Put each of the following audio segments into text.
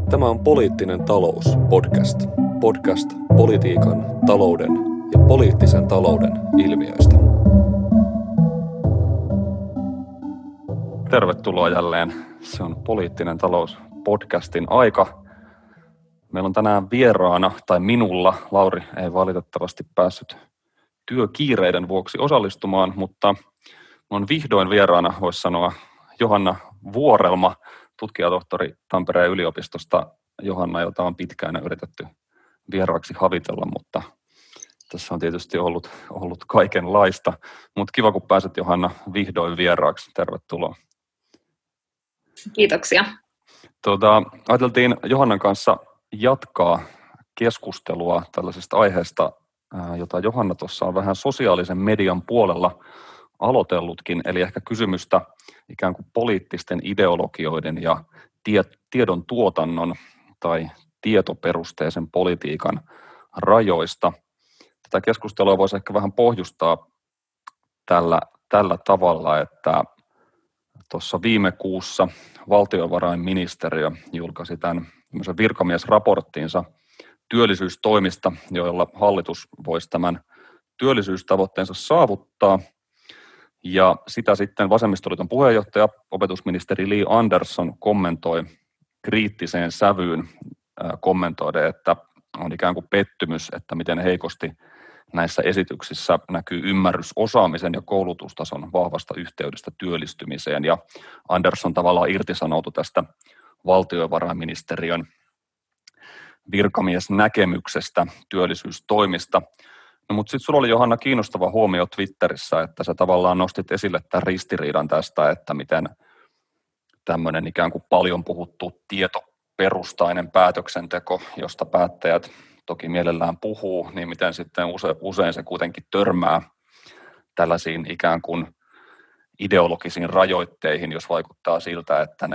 Tämä on Poliittinen talous podcast. Podcast politiikan, talouden ja poliittisen talouden ilmiöistä. Tervetuloa jälleen. Se on Poliittinen talous podcastin aika. Meillä on tänään vieraana, tai minulla, Lauri ei valitettavasti päässyt työkiireiden vuoksi osallistumaan, mutta on vihdoin vieraana, voisi sanoa, Johanna Vuorelma, tutkijatohtori Tampereen yliopistosta. Johanna, jota on pitkään yritetty vieraaksi havitella, mutta tässä on tietysti ollut kaikenlaista. Mutta kiva, kun pääset, Johanna, vihdoin vieraaksi. Tervetuloa. Kiitoksia. Ajateltiin Johannan kanssa jatkaa keskustelua tällaisesta aiheesta, jota Johanna tuossa on vähän sosiaalisen median puolella aloitellutkin, eli ehkä kysymystä ikään kuin poliittisten ideologioiden ja tiedon tuotannon tai tietoperusteisen politiikan rajoista. Tätä keskustelua voisi ehkä vähän pohjustaa tällä tavalla, että tuossa viime kuussa valtiovarainministeriö julkaisi tämän virkamiesraporttinsa työllisyystoimista, joilla hallitus voisi tämän työllisyystavoitteensa saavuttaa. Ja sitä sitten Vasemmistoliiton puheenjohtaja, opetusministeri Li Andersson kommentoi kriittiseen sävyyn kommentoiden, että on ikään kuin pettymys, että miten heikosti näissä esityksissä näkyy ymmärrys osaamisen ja koulutustason vahvasta yhteydestä työllistymiseen. Ja Andersson tavallaan irtisanoutui tästä valtiovarainministeriön virkamiesnäkemyksestä työllisyystoimista. No, mutta sitten sulla oli, Johanna, kiinnostava huomio Twitterissä, että sä tavallaan nostit esille tämän ristiriidan tästä, että miten tämmöinen ikään kuin paljon puhuttu tietoperustainen päätöksenteko, josta päättäjät toki mielellään puhuu, niin miten sitten usein se kuitenkin törmää tällaisiin ikään kuin ideologisiin rajoitteihin, jos vaikuttaa siltä, että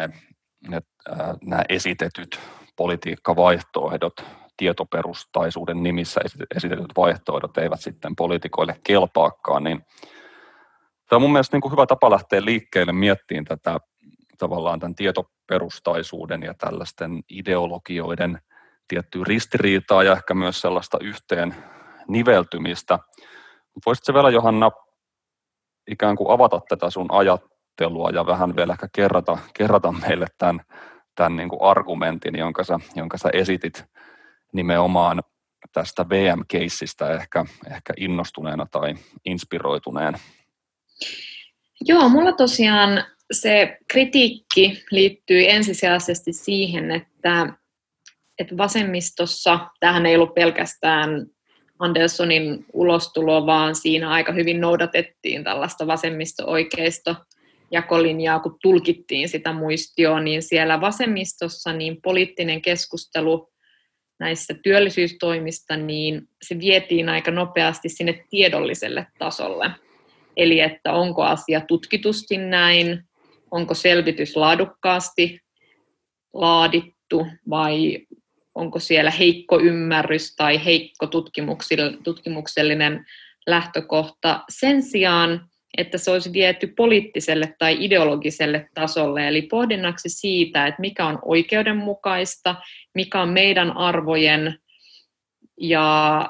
nämä esitetyt politiikkavaihtoehdot, tietoperustaisuuden nimissä esitetyt vaihtoehdot eivät sitten poliitikoille kelpaakaan, niin tämä on mun mielestä niin kuin hyvä tapa lähteä liikkeelle miettimään tätä tavallaan tämän tietoperustaisuuden ja tällaisten ideologioiden tiettyä ristiriitaa ja ehkä myös sellaista yhteen niveltymistä. Voisitko vielä, Johanna, ikään kuin avata tätä sun ajattelua ja vähän vielä ehkä kerrata meille tämän niin kuin argumentin, jonka sä esitit nimenomaan tästä VM-keissistä ehkä innostuneena tai inspiroituneena? Joo, mulla tosiaan se kritiikki liittyy ensisijaisesti siihen, että vasemmistossa, tämähän ei ollut pelkästään Anderssonin ulostulo, vaan siinä aika hyvin noudatettiin tällaista vasemmisto-oikeisto jakolinjaa, kun tulkittiin sitä muistioon, niin siellä vasemmistossa niin poliittinen keskustelu näissä työllisyystoimista, niin se vietiin aika nopeasti sinne tiedolliselle tasolle. Eli että onko asia tutkitusti näin, onko selvitys laadukkaasti laadittu vai onko siellä heikko ymmärrys tai heikko tutkimuksellinen lähtökohta. Sen sijaan, että se olisi viety poliittiselle tai ideologiselle tasolle, eli pohdinnaksi siitä, että mikä on oikeudenmukaista, mikä on meidän arvojen ja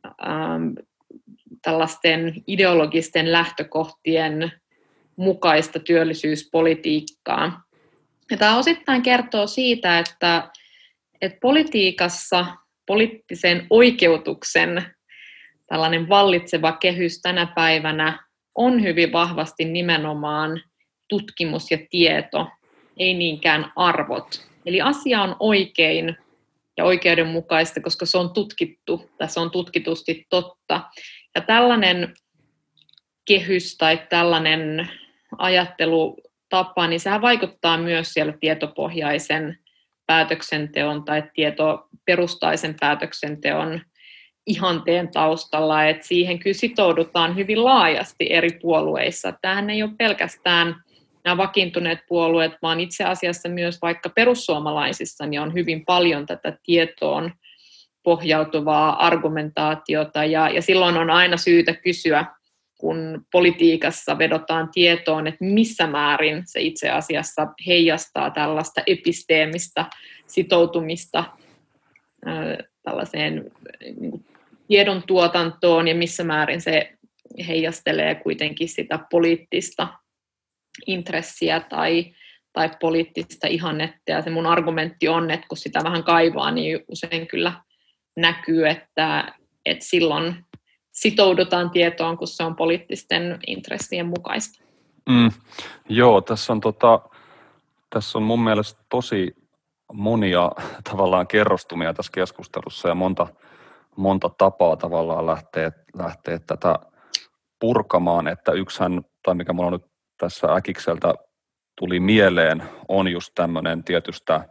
tällaisten ideologisten lähtökohtien mukaista työllisyyspolitiikkaa. Ja tämä osittain kertoo siitä, että politiikassa poliittisen oikeutuksen tällainen vallitseva kehys tänä päivänä on hyvin vahvasti nimenomaan tutkimus ja tieto, ei niinkään arvot. Eli asia on oikein ja oikeudenmukaista, koska se on tutkittu, tai se on tutkitusti totta. Ja tällainen kehys tai tällainen ajattelutapa, niin sehän vaikuttaa myös siellä tietopohjaisen päätöksenteon tai tietoperustaisen päätöksenteon ihanteen taustalla, että siihen kyllä sitoudutaan hyvin laajasti eri puolueissa. Tämähän ei ole pelkästään nämä vakiintuneet puolueet, vaan itse asiassa myös vaikka perussuomalaisissa niin on hyvin paljon tätä tietoon pohjautuvaa argumentaatiota, ja silloin on aina syytä kysyä, kun politiikassa vedotaan tietoon, että missä määrin se itse asiassa heijastaa tällaista episteemistä sitoutumista tällaiseen niin kuin tiedon tuotantoon ja missä määrin se heijastelee kuitenkin sitä poliittista intressiä tai poliittista ihannetta. Ja se mun argumentti on, että kun sitä vähän kaivaa, niin usein kyllä näkyy, että silloin sitoudutaan tietoon, kun se on poliittisten intressien mukaista. Joo, tässä on mun mielestä tosi monia tavallaan kerrostumia tässä keskustelussa ja monta tapaa tavallaan lähteä tätä purkamaan, että yksihän, tai mikä mulla nyt tässä äkikseltä tuli mieleen, on just tämmöinen tietystä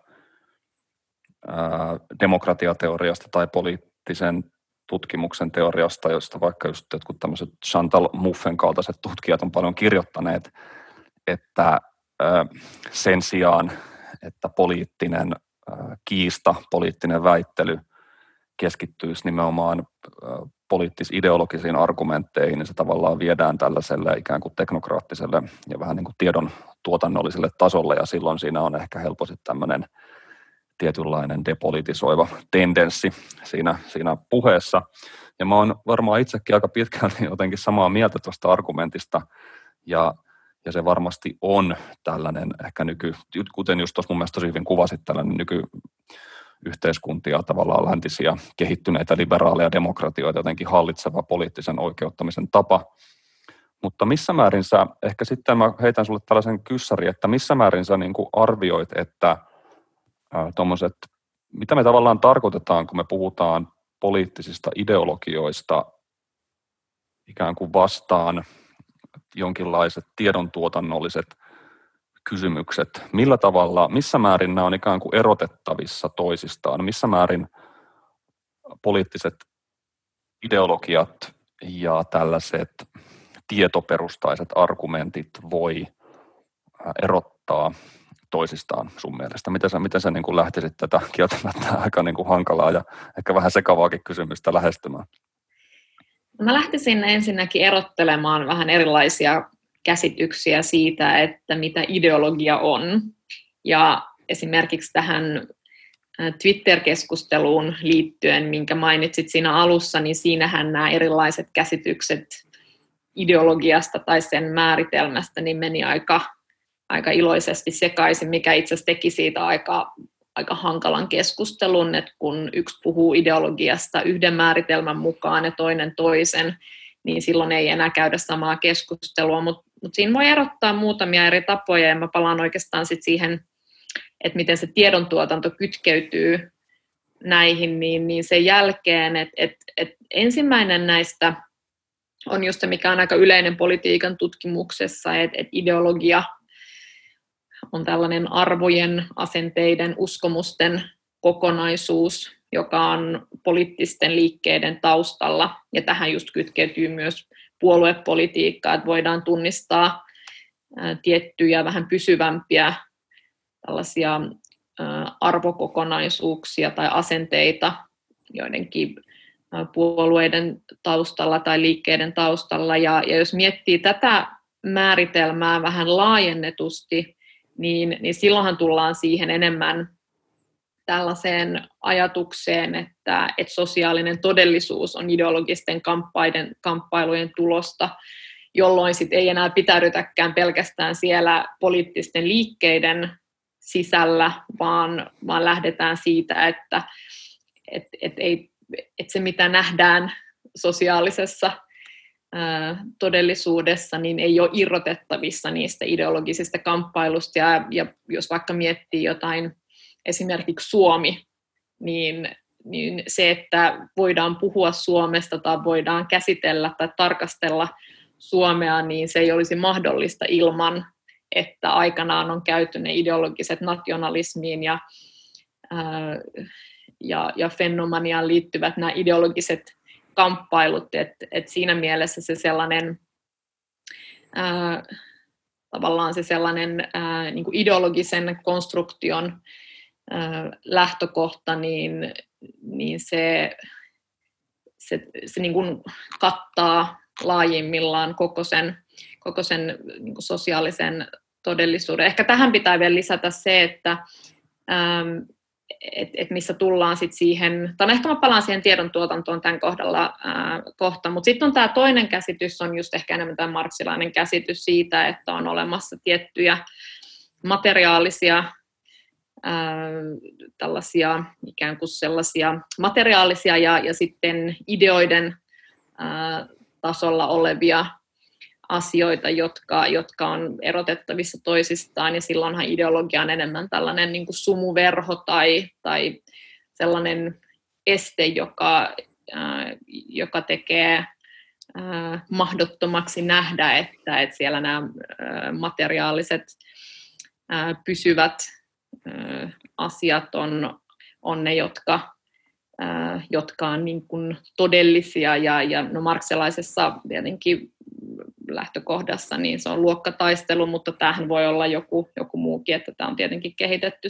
demokratiateoriasta tai poliittisen tutkimuksen teoriasta, josta vaikka just jotkut tämmöiset Chantal Mouffen kaltaiset tutkijat on paljon kirjoittaneet, että sen sijaan, että poliittinen kiista, poliittinen väittely keskittyisi nimenomaan poliittis-ideologisiin argumentteihin, niin se tavallaan viedään tällaiselle ikään kuin teknokraattiselle ja vähän niin kuin tiedon tuotannolliselle tasolle, ja silloin siinä on ehkä helposti tämmöinen tietynlainen depolitisoiva tendenssi siinä puheessa. Ja mä oon varmaan itsekin aika pitkälti jotenkin samaa mieltä tuosta argumentista, ja se varmasti on tällainen ehkä kuten just tuossa mun mielestä tosi hyvin kuvasit, tällainen nykyyhteiskuntia, tavallaan läntisiä, kehittyneitä liberaaleja demokratioita, jotenkin hallitseva poliittisen oikeuttamisen tapa. Mutta missä määrin sä, ehkä sitten mä heitän sulle tällaisen kyssärin, että missä määrin sä niin kuin arvioit, että tommoset, mitä me tavallaan tarkoitetaan, kun me puhutaan poliittisista ideologioista ikään kuin vastaan jonkinlaiset tiedontuotannolliset kysymykset. Millä tavalla, missä määrin nämä on ikään kuin erotettavissa toisistaan? Missä määrin poliittiset ideologiat ja tällaiset tietoperustaiset argumentit voi erottaa toisistaan sun mielestä? Miten sä niin kuin lähtisit tätä kieltämättä aika niin kuin hankalaa ja ehkä vähän sekavaakin kysymystä lähestymään? Mä lähtisin ensinnäkin erottelemaan vähän erilaisia käsityksiä siitä, että mitä ideologia on. Ja esimerkiksi tähän Twitter-keskusteluun liittyen, minkä mainitsit siinä alussa, niin siinähän nämä erilaiset käsitykset ideologiasta tai sen määritelmästä niin meni aika iloisesti sekaisin, mikä itse asiassa teki siitä aika hankalan keskustelun, että kun yksi puhuu ideologiasta yhden määritelmän mukaan ja toinen toisen, niin silloin ei enää käydä samaa keskustelua, mutta siinä voi erottaa muutamia eri tapoja, ja mä palaan oikeastaan sit siihen, että miten se tiedontuotanto kytkeytyy näihin, niin sen jälkeen, että ensimmäinen näistä on just se, mikä on aika yleinen politiikan tutkimuksessa, että ideologia on tällainen arvojen, asenteiden, uskomusten kokonaisuus, joka on poliittisten liikkeiden taustalla, ja tähän just kytkeytyy myös puoluepolitiikkaa, että voidaan tunnistaa tiettyjä vähän pysyvämpiä tällaisia arvokokonaisuuksia tai asenteita joidenkin puolueiden taustalla tai liikkeiden taustalla, ja jos miettii tätä määritelmää vähän laajennetusti, niin silloinhan tullaan siihen enemmän tällaiseen ajatukseen, että sosiaalinen todellisuus on ideologisten kamppailujen tulosta, jolloin sit ei enää pitäydytäkään pelkästään siellä poliittisten liikkeiden sisällä, vaan lähdetään siitä, että se mitä nähdään sosiaalisessa todellisuudessa, niin ei ole irrotettavissa niistä ideologisista kamppailusta, ja jos vaikka miettii jotain, esimerkiksi Suomi, niin se, että voidaan puhua Suomesta tai voidaan käsitellä tai tarkastella Suomea, niin se ei olisi mahdollista ilman, että aikanaan on käyty ne ideologiset nationalismiin ja fenomaniaan liittyvät nämä ideologiset kamppailut, että siinä mielessä se sellainen tavallaan se sellainen niin kuin ideologisen konstruktion lähtökohta, niin se niin kuin kattaa laajimmillaan koko sen niin kuin sosiaalisen todellisuuden. Ehkä tähän pitää vielä lisätä se, että missä tullaan sitten siihen, tai ehkä mä palaan siihen tiedontuotantoon tämän kohdalla kohta, mutta sitten on tämä toinen käsitys, on just ehkä enemmän tämä marxilainen käsitys siitä, että on olemassa tiettyjä materiaalisia tällaisia ikään kuin sellaisia materiaalisia ja sitten ideoiden tasolla olevia asioita, jotka on erotettavissa toisistaan, ja silloinhan ideologia on enemmän tällainen niin kuin sumuverho tai sellainen este, joka tekee mahdottomaksi nähdä, että siellä nämä materiaaliset pysyvät asiat on ne, jotka on niin kuin todellisia, ja no marxilaisessa tietenkin lähtökohdassa niin se on luokkataistelu, mutta tämähän voi olla joku muukin, että tämä on tietenkin kehitetty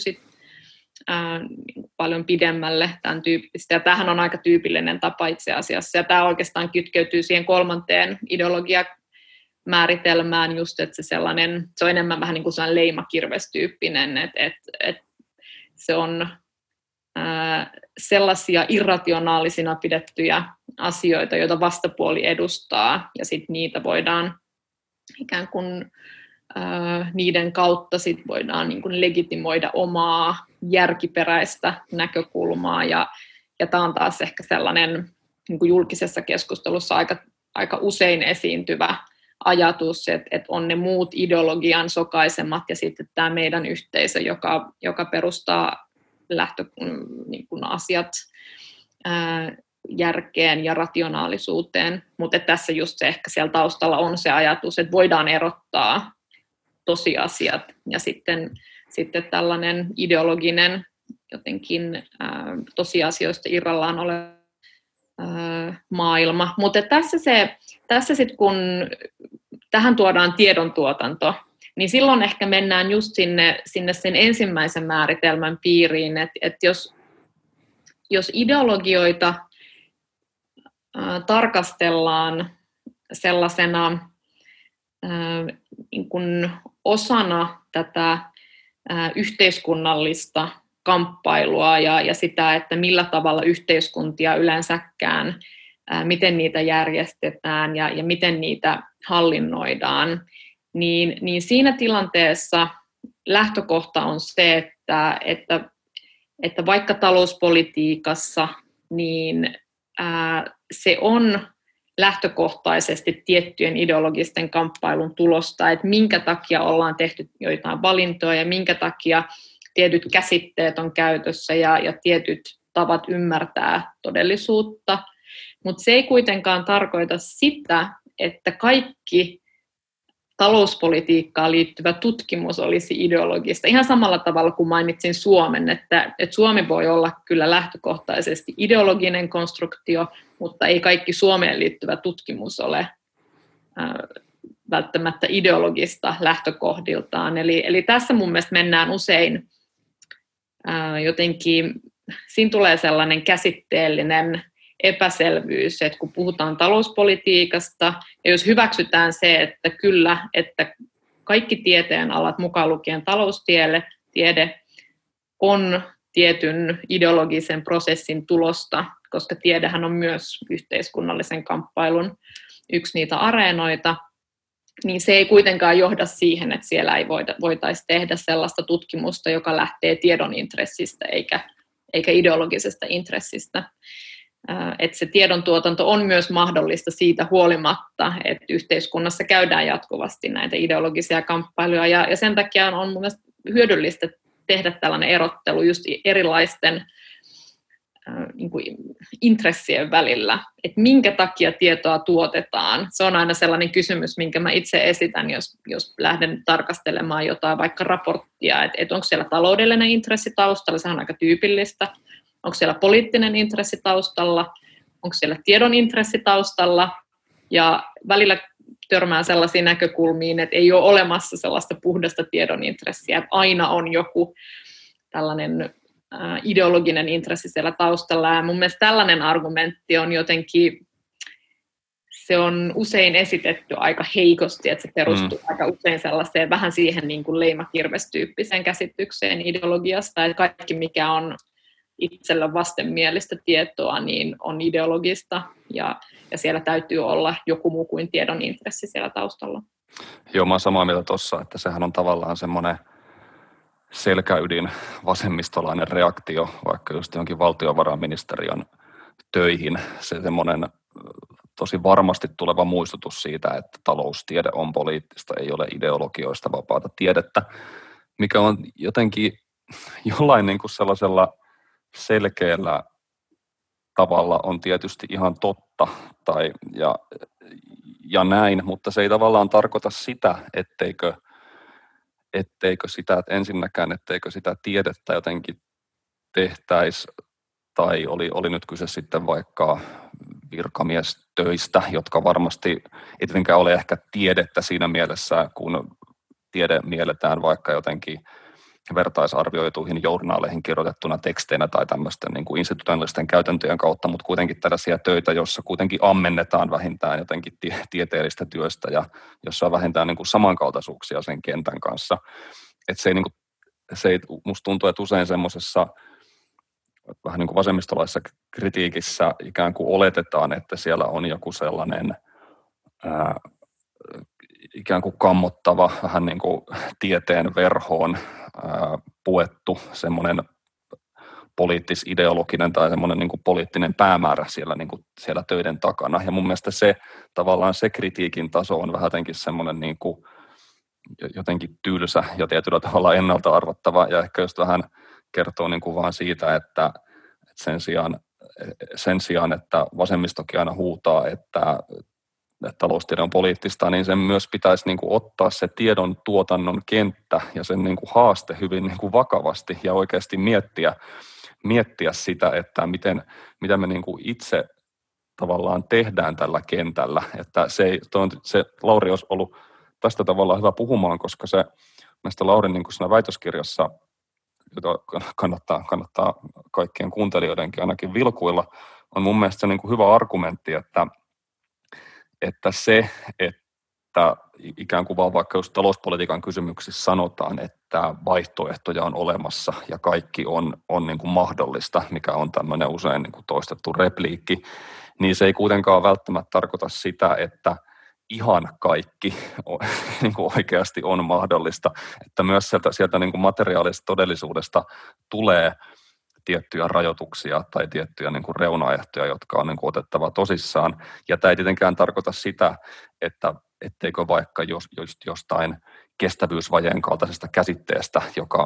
paljon pidemmälle tämän tyyppistä, ja tämähän on aika tyypillinen tapa itse asiassa, ja tämä oikeastaan kytkeytyy siihen kolmanteen ideologiamääritelmään just, että se on enemmän vähän niin kuin sellainen leimakirvestyyppinen, että se on sellaisia irrationaalisina pidettyjä asioita, joita vastapuoli edustaa, ja sitten niitä voidaan ikään kuin niiden kautta sit voidaan niin kuin legitimoida omaa järkiperäistä näkökulmaa, ja tämä on taas ehkä sellainen niin kuin julkisessa keskustelussa aika usein esiintyvä ajatus, että on ne muut ideologian sokaisemat ja sitten tämä meidän yhteisö, joka perustaa niin kuin asiat järkeen ja rationaalisuuteen, mutta tässä just se ehkä siellä taustalla on se ajatus, että voidaan erottaa tosiasiat ja sitten tällainen ideologinen jotenkin tosiasioista irrallaan oleva maailma. Mutta tässä sitten kun tähän tuodaan tiedontuotanto, niin silloin ehkä mennään just sinne sen ensimmäisen määritelmän piiriin, että jos ideologioita tarkastellaan sellaisena niin kuin osana tätä yhteiskunnallista kamppailua ja sitä, että millä tavalla yhteiskuntia yleensäkään, miten niitä järjestetään ja miten niitä hallinnoidaan, niin siinä tilanteessa lähtökohta on se, että vaikka talouspolitiikassa, niin se on lähtökohtaisesti tiettyjen ideologisten kamppailun tulosta, että minkä takia ollaan tehty joitain valintoja ja minkä takia tietyt käsitteet on käytössä ja tietyt tavat ymmärtää todellisuutta, mutta se ei kuitenkaan tarkoita sitä, että kaikki talouspolitiikkaan liittyvä tutkimus olisi ideologista. Ihan samalla tavalla kuin mainitsin Suomen, että Suomi voi olla kyllä lähtökohtaisesti ideologinen konstruktio, mutta ei kaikki Suomeen liittyvä tutkimus ole välttämättä ideologista lähtökohdiltaan. Eli tässä mun mielestä mennään usein jotenkin, siinä tulee sellainen käsitteellinen epäselvyys, että kun puhutaan talouspolitiikasta, ja jos hyväksytään se, että kyllä, että kaikki tieteenalat, mukaan lukien taloustiede, on tietyn ideologisen prosessin tulosta, koska tiedehän on myös yhteiskunnallisen kamppailun yksi niitä areenoita, niin se ei kuitenkaan johda siihen, että siellä ei voitaisi tehdä sellaista tutkimusta, joka lähtee tiedon intressistä eikä ideologisesta intressistä. Että se tiedontuotanto on myös mahdollista siitä huolimatta, että yhteiskunnassa käydään jatkuvasti näitä ideologisia kamppailuja, ja sen takia on mun mielestä hyödyllistä tehdä tällainen erottelu just erilaisten niin kuin intressien välillä, että minkä takia tietoa tuotetaan. Se on aina sellainen kysymys, minkä mä itse esitän, jos lähden tarkastelemaan jotain vaikka raporttia, että onko siellä taloudellinen intressi taustalla, sehän on aika tyypillistä. Onko siellä poliittinen intressi taustalla, onko siellä tiedon intressi taustalla, ja välillä törmää sellaisiin näkökulmiin, että ei ole olemassa sellaista puhdasta tiedon intressiä, että aina on joku tällainen ideologinen intressi siellä taustalla, ja mun mielestä tällainen argumentti on jotenkin, se on usein esitetty aika heikosti, että se perustuu aika usein sellaiseen vähän siihen niin kuin leimakirvestyyppiseen käsitykseen ideologiasta, että kaikki mikä on itsellä vastenmielistä tietoa, niin on ideologista ja siellä täytyy olla joku muu kuin tiedon intressi siellä taustalla. Joo, mä oon samaa mieltä tuossa, että sehän on tavallaan semmoinen selkäydin vasemmistolainen reaktio vaikka just johonkin valtiovarainministeriön töihin. Se semmoinen tosi varmasti tuleva muistutus siitä, että taloustiede on poliittista, ei ole ideologioista vapaata tiedettä, mikä on jotenkin jollain niin kuin sellaisella selkeällä tavalla on tietysti ihan totta ja näin, mutta se ei tavallaan tarkoita sitä, etteikö sitä tiedettä jotenkin tehtäisi, tai oli nyt kyse sitten vaikka virkamiestöistä, jotka varmasti ei tietenkään ole ehkä tiedettä siinä mielessä, kun tiede mielletään vaikka jotenkin vertaisarvioituihin journaaleihin kirjoitettuna teksteinä tai tämmöisten niin kuin institutionaalisten käytäntöjen kautta, mutta kuitenkin tällaisia töitä, joissa kuitenkin ammennetaan vähintään jotenkin tieteellistä työstä ja jossa on vähintään niin kuin samankaltaisuuksia sen kentän kanssa. Että se ei musta tuntuu, että usein semmoisessa vähän niin kuin vasemmistolaisessa kritiikissä ikään kuin oletetaan, että siellä on joku sellainen ikään kuin kammottava, vähän niin kuin tieteen verhoon puettu semmoinen poliittis-ideologinen tai semmoinen niin kuin poliittinen päämäärä siellä töiden takana. Ja mun mielestä se kritiikin taso on vähän jotenkin semmoinen niin kuin jotenkin tylsä ja tietyllä tavalla ennalta arvattava ja ehkä just vähän kertoo niin kuin vaan siitä, että sen sijaan, että vasemmistokin aina huutaa, että taloustiede on poliittista, niin sen myös pitäisi niin kuin ottaa se tiedon tuotannon kenttä ja sen niin kuin haaste hyvin niin kuin vakavasti ja oikeasti miettiä sitä, että mitä me niin kuin itse tavallaan tehdään tällä kentällä. Että se Lauri olisi ollut tästä tavallaan hyvä puhumaan, koska se näistä Laurin niin kuin siinä väitöskirjassa, jota kannattaa kaikkien kuuntelijoidenkin ainakin vilkuilla, on mun mielestä se niin kuin hyvä argumentti, että ikään kuin vaan vaikka just talouspolitiikan kysymyksissä sanotaan, että vaihtoehtoja on olemassa ja kaikki on niin kuin mahdollista, mikä on tämmöinen usein niin kuin toistettu repliikki, niin se ei kuitenkaan välttämättä tarkoita sitä, että ihan kaikki niin kuin oikeasti on mahdollista, että myös sieltä niin kuin materiaalisesta todellisuudesta tulee tiettyjä rajoituksia tai tiettyjä niin kuin reunaehtoja, jotka on niin kuin otettava tosissaan. Ja tämä ei tietenkään tarkoita sitä, etteikö vaikka jostain kestävyysvajeen kaltaisesta käsitteestä,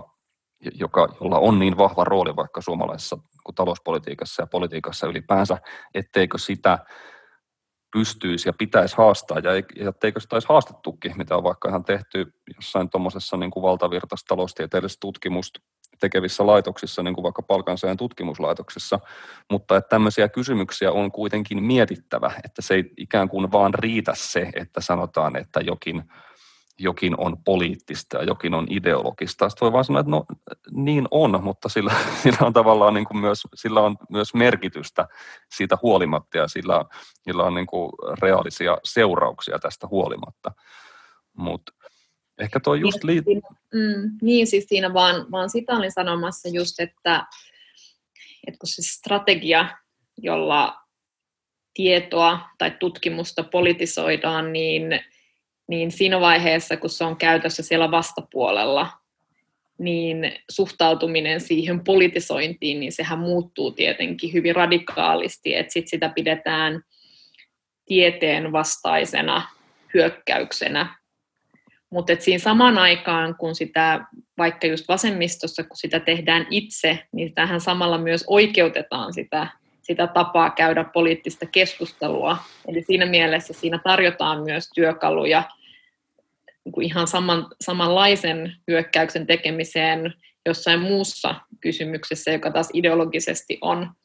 jolla on niin vahva rooli vaikka suomalaisessa talouspolitiikassa ja politiikassa ylipäänsä, etteikö sitä pystyisi ja pitäisi haastaa, ja etteikö sitä olisi haastettukin, mitä on vaikka ihan tehty jossain tuommoisessa niin kuin valtavirtaista taloustieteellistä tutkimusta tekevissä laitoksissa, niin kuin vaikka palkansaajan tutkimuslaitoksissa, mutta että tämmöisiä kysymyksiä on kuitenkin mietittävä, että se ei ikään kuin vaan riitä se, että sanotaan, että jokin on poliittista ja jokin on ideologista. Sitten voi vaan sanoa, että no niin on, mutta sillä on tavallaan niin kuin sillä on myös merkitystä siitä huolimatta ja sillä on niin kuin reaalisia seurauksia tästä huolimatta. Mutta ehkä tuo just niin, siis siinä vaan sitä olin sanomassa just, että kun se strategia, jolla tietoa tai tutkimusta politisoidaan, niin siinä vaiheessa, kun se on käytössä siellä vastapuolella, niin suhtautuminen siihen politisointiin, niin sehän muuttuu tietenkin hyvin radikaalisti, että sit sitä pidetään tieteen vastaisena hyökkäyksenä. Mutta siinä samaan aikaan, kun sitä vaikka just vasemmistossa, kun sitä tehdään itse, niin tähän samalla myös oikeutetaan sitä tapaa käydä poliittista keskustelua. Eli siinä mielessä siinä tarjotaan myös työkaluja ihan samanlaisen hyökkäyksen tekemiseen jossain muussa kysymyksessä, joka taas ideologisesti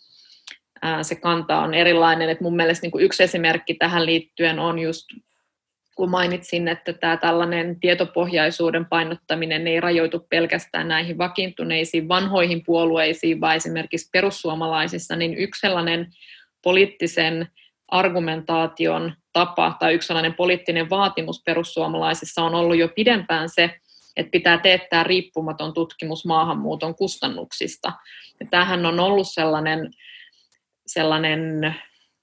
se kanta on erilainen. Et mun mielestä yksi esimerkki tähän liittyen on just, kun mainitsin, että tämä tällainen tietopohjaisuuden painottaminen ei rajoitu pelkästään näihin vakiintuneisiin vanhoihin puolueisiin, vaan esimerkiksi perussuomalaisissa, niin yksi sellainen poliittisen argumentaation tapa tai yksi sellainen poliittinen vaatimus perussuomalaisissa on ollut jo pidempään se, että pitää teettää riippumaton tutkimus maahanmuuton kustannuksista. Ja tämähän on ollut sellainen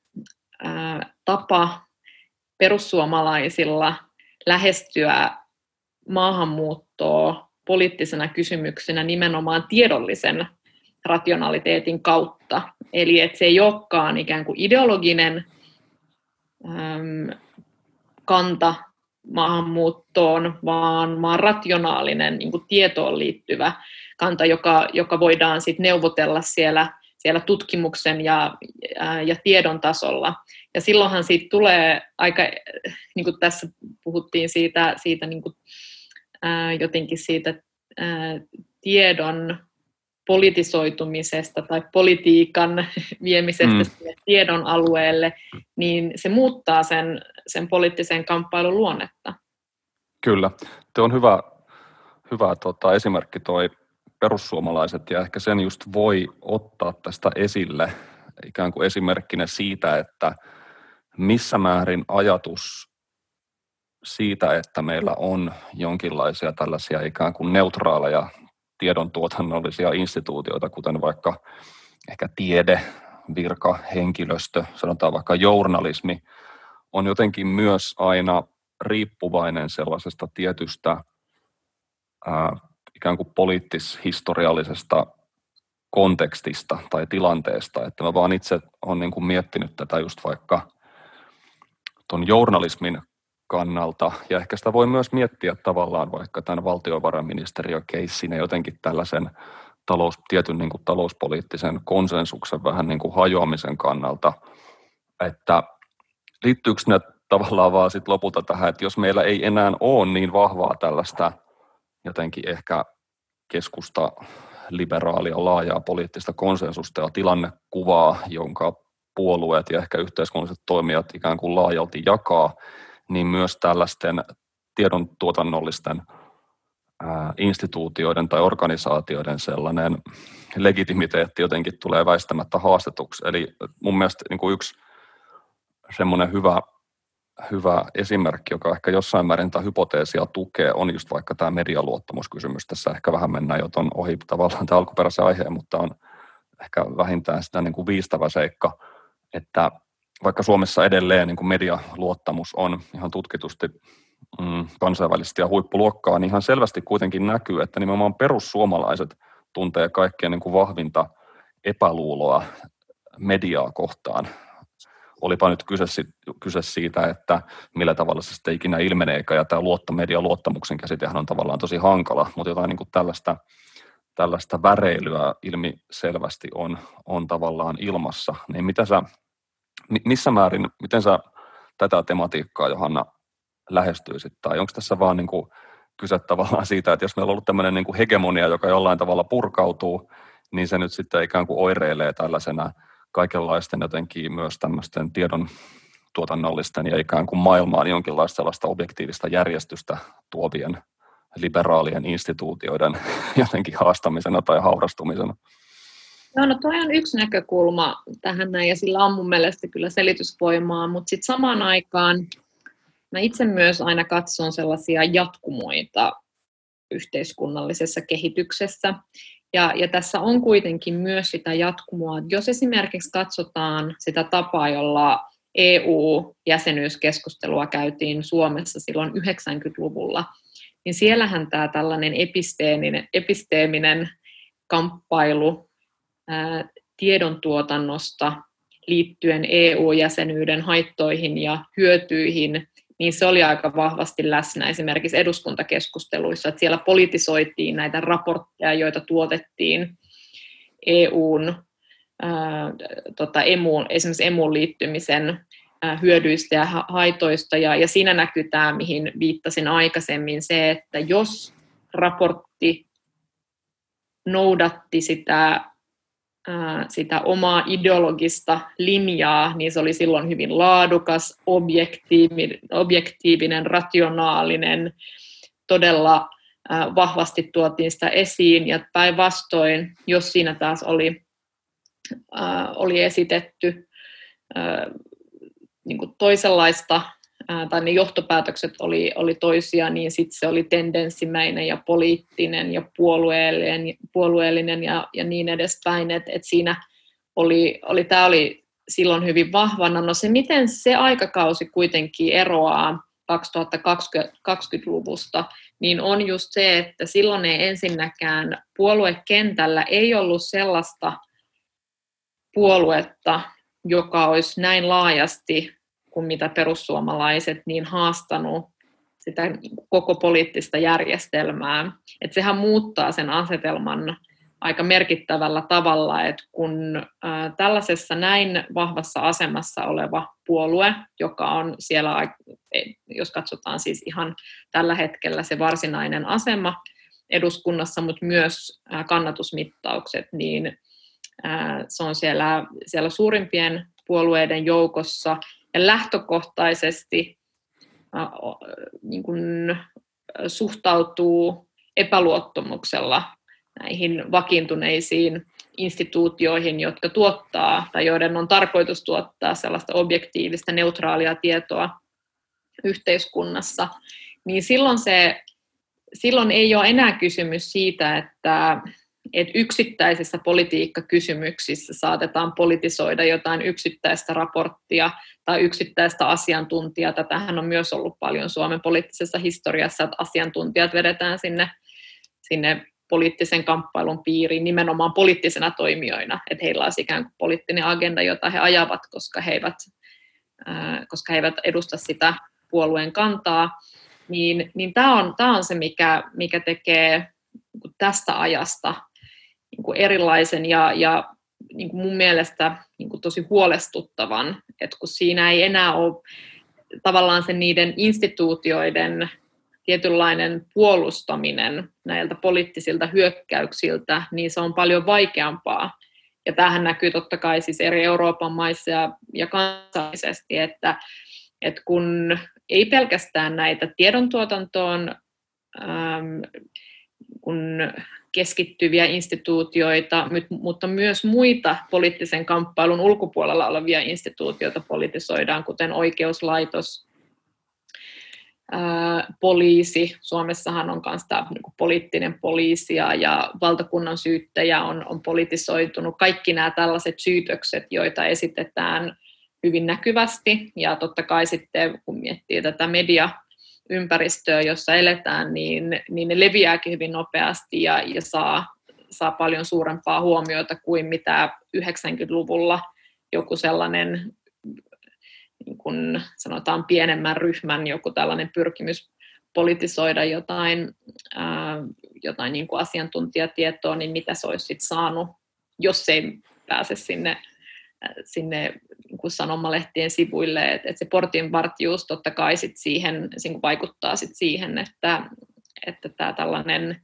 tapa perussuomalaisilla lähestyä maahanmuuttoa poliittisena kysymyksenä nimenomaan tiedollisen rationaliteetin kautta. Eli että se ei olekaan ikään kuin ideologinen kanta maahanmuuttoon, vaan rationaalinen niin kuin tietoon liittyvä kanta, joka voidaan sit neuvotella siellä tutkimuksen ja tiedon tasolla. Ja silloinhan siitä tulee aika, niin kuin tässä puhuttiin siitä niin kuin, jotenkin siitä tiedon politisoitumisesta tai politiikan viemisestä tiedon alueelle, niin se muuttaa sen poliittisen kamppailun luonnetta. Kyllä. Tuo on hyvä esimerkki toi perussuomalaiset, ja ehkä sen just voi ottaa tästä esille ikään kuin esimerkkinä siitä, että missä määrin ajatus siitä, että meillä on jonkinlaisia tällaisia ikään kuin neutraaleja tiedontuotannollisia instituutioita, kuten vaikka ehkä tiede, virka, henkilöstö, sanotaan vaikka journalismi, on jotenkin myös aina riippuvainen sellaisesta tietystä ikään kuin poliittis-historiallisesta kontekstista tai tilanteesta, että mä vaan itse olen niin kuin miettinyt tätä just vaikka tuon journalismin kannalta, ja ehkä sitä voi myös miettiä tavallaan vaikka tämän valtiovarainministeriökeissin ja jotenkin tällaisen tietyn niin kuin talouspoliittisen konsensuksen vähän niin kuin hajoamisen kannalta, että liittyykö ne tavallaan vaan sit lopulta tähän, että jos meillä ei enää ole niin vahvaa tällaista jotenkin ehkä keskusta liberaalia laajaa poliittista konsensusta ja tilannekuvaa, jonka puolueet ja ehkä yhteiskunnalliset toimijat ikään kuin laajalti jakaa, niin myös tällaisten tiedontuotannollisten instituutioiden tai organisaatioiden sellainen legitimiteetti jotenkin tulee väistämättä haastetuksi. Eli mun mielestä niin kuin yksi semmoinen hyvä esimerkki, joka ehkä jossain määrin tätä hypoteesia tukee, on just vaikka tämä medialuottamuskysymys. Tässä ehkä vähän mennään jo tuon ohi tavallaan tämä alkuperäisen aiheen, mutta on ehkä vähintään sitä niin kuin viistävä seikka, että vaikka Suomessa edelleen niin kuin medialuottamus on ihan tutkitusti kansainvälisesti ja huippuluokkaa, niin ihan selvästi kuitenkin näkyy, että nimenomaan perussuomalaiset tuntee kaikkien niin kuin vahvinta epäluuloa mediaa kohtaan. Olipa nyt kyse siitä, että millä tavalla se sitten ikinä ilmeneekään, ja tämä median luottamuksen käsitehän on tavallaan tosi hankala, mutta jotain niin kuin tällaista väreilyä ilmiselvästi on tavallaan ilmassa. Niin missä määrin, miten sä tätä tematiikkaa, Johanna, lähestyisit, tai onko tässä vaan niin kuin kyse tavallaan siitä, että jos meillä on ollut tämmöinen niin kuin hegemonia, joka jollain tavalla purkautuu, niin se nyt sitten ikään kuin oireilee tällaisena kaikenlaisten jotenkin myös tämmöisten tiedon tuotannollisten ja ikään kuin maailmaan jonkinlaista sellaista objektiivista järjestystä tuovien liberaalien instituutioiden jotenkin haastamisena tai haurastumisena. No toi on yksi näkökulma tähän näin, ja sillä on mun mielestä kyllä selitysvoimaa, mutta sitten samaan aikaan mä itse myös aina katson sellaisia jatkumoita yhteiskunnallisessa kehityksessä, ja tässä on kuitenkin myös sitä jatkumoa, että jos esimerkiksi katsotaan sitä tapaa, jolla EU-jäsenyyskeskustelua käytiin Suomessa silloin 90-luvulla, niin siellähän tämä tällainen episteeminen kamppailu tiedontuotannosta liittyen EU-jäsenyyden haittoihin ja hyötyihin, niin se oli aika vahvasti läsnä esimerkiksi eduskuntakeskusteluissa, että siellä politisoitiin näitä raportteja, joita tuotettiin EUn, esimerkiksi EMUn liittymisen hyödyistä ja haitoista, ja siinä näkyy tämä, mihin viittasin aikaisemmin, se, että jos raportti noudatti sitä omaa ideologista linjaa, niin se oli silloin hyvin laadukas, objektiivinen, rationaalinen, todella vahvasti tuotiin sitä esiin, ja päinvastoin, jos siinä taas oli esitetty niin kuin toisenlaista, tai ne johtopäätökset oli toisia, niin sitten se oli tendenssimäinen ja poliittinen ja puolueellinen ja niin edespäin, että siinä tämä oli silloin hyvin vahvana. No se, miten se aikakausi kuitenkin eroaa 2020-luvusta, niin on just se, että silloin ei ensinnäkään puoluekentällä ei ollut sellaista puoluetta, joka olisi näin laajasti kuin mitä perussuomalaiset niin haastanut sitä koko poliittista järjestelmää. Että sehän muuttaa sen asetelman aika merkittävällä tavalla, että kun tällaisessa näin vahvassa asemassa oleva puolue, joka on siellä, jos katsotaan siis ihan tällä hetkellä se varsinainen asema eduskunnassa, mutta myös kannatusmittaukset, niin se on siellä suurimpien puolueiden joukossa ja lähtökohtaisesti niin kuin suhtautuu epäluottamuksella näihin vakiintuneisiin instituutioihin, jotka tuottaa tai joiden on tarkoitus tuottaa sellaista objektiivista, neutraalia tietoa yhteiskunnassa, niin silloin ei ole enää kysymys siitä, että yksittäisissä politiikkakysymyksissä saatetaan politisoida jotain yksittäistä raporttia tai yksittäistä asiantuntijaa. Tätähän on myös ollut paljon Suomen poliittisessa historiassa, että asiantuntijat vedetään sinne poliittisen kamppailun piiriin nimenomaan poliittisena toimijoina, että heillä olisi ikään kuin poliittinen agenda, jota he ajavat, koska he eivät edusta sitä puolueen kantaa, niin tämä on se, mikä tekee tästä ajasta niin kuin erilaisen ja niin kuin mun mielestä niin kuin tosi huolestuttavan, että kun siinä ei enää ole tavallaan sen niiden instituutioiden tietynlainen puolustaminen näiltä poliittisilta hyökkäyksiltä, niin se on paljon vaikeampaa. Ja tämähän näkyy totta kai siis eri Euroopan maissa ja kansallisesti, että kun ei pelkästään näitä tiedontuotantoon kun keskittyviä instituutioita, mutta myös muita poliittisen kamppailun ulkopuolella olevia instituutioita politisoidaan, kuten oikeuslaitos, poliisi. Suomessahan on myös tämä niin kuin poliittinen poliisi ja valtakunnan syyttäjä on politisoitunut. Kaikki nämä tällaiset syytökset, joita esitetään hyvin näkyvästi, ja totta kai sitten kun miettii tätä mediaympäristöä, jossa eletään, niin ne leviääkin hyvin nopeasti ja saa paljon suurempaa huomiota kuin mitä 90-luvulla joku sellainen, niin kuin sanotaan pienemmän ryhmän joku tällainen pyrkimys politisoida jotain niin kuin asiantuntijatietoa, niin mitä se olisi sitten saanut, jos ei pääse sinne niin kuin sanomalehtien sivuille, että se portinvartijuus totta kai sit siihen vaikuttaa sit siihen, että tämä tällainen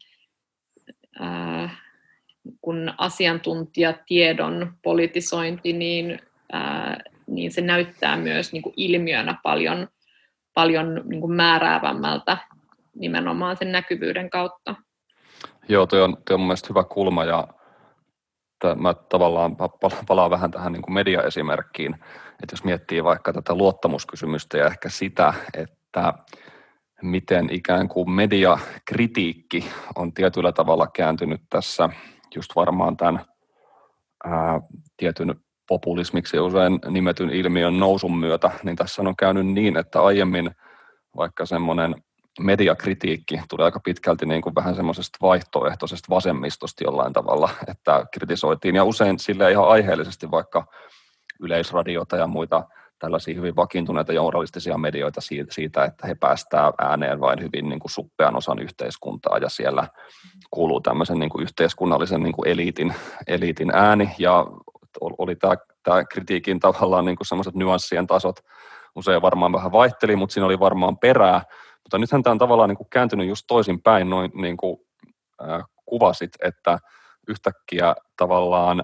kun asiantuntijatiedon politisointi, niin se näyttää myös niin kuin ilmiönä paljon niin kuin määräävämmältä nimenomaan sen näkyvyyden kautta. Joo, toi on mun mielestä hyvä kulma, ja mä tavallaan palaan vähän tähän niin kuin mediaesimerkkiin, että jos miettii vaikka tätä luottamuskysymystä ja ehkä sitä, että miten ikään kuin mediakritiikki on tietyllä tavalla kääntynyt tässä just varmaan tämän tietyn populismiksi usein nimetyn ilmiön nousun myötä, niin tässä on käynyt niin, että aiemmin vaikka semmoinen mediakritiikki tuli aika pitkälti niin kuin vähän semmoisesta vaihtoehtoisesta vasemmistosta jollain tavalla, että kritisoitiin, ja usein sille ihan aiheellisesti vaikka Yleisradiota ja muita tällaisia hyvin vakiintuneita journalistisia medioita siitä, että he päästää ääneen vain hyvin niin kuin suppean osan yhteiskuntaa, ja siellä kuuluu tämmöisen niin kuin yhteiskunnallisen niin kuin eliitin ääni, ja oli tämä kritiikin tavallaan niin kuin semmoiset nyanssien tasot usein varmaan vähän vaihteli, mutta siinä oli varmaan perää. Mutta nythän tämä on tavallaan niin kuin kääntynyt just toisinpäin, noin niin kuin kuvasit, että yhtäkkiä tavallaan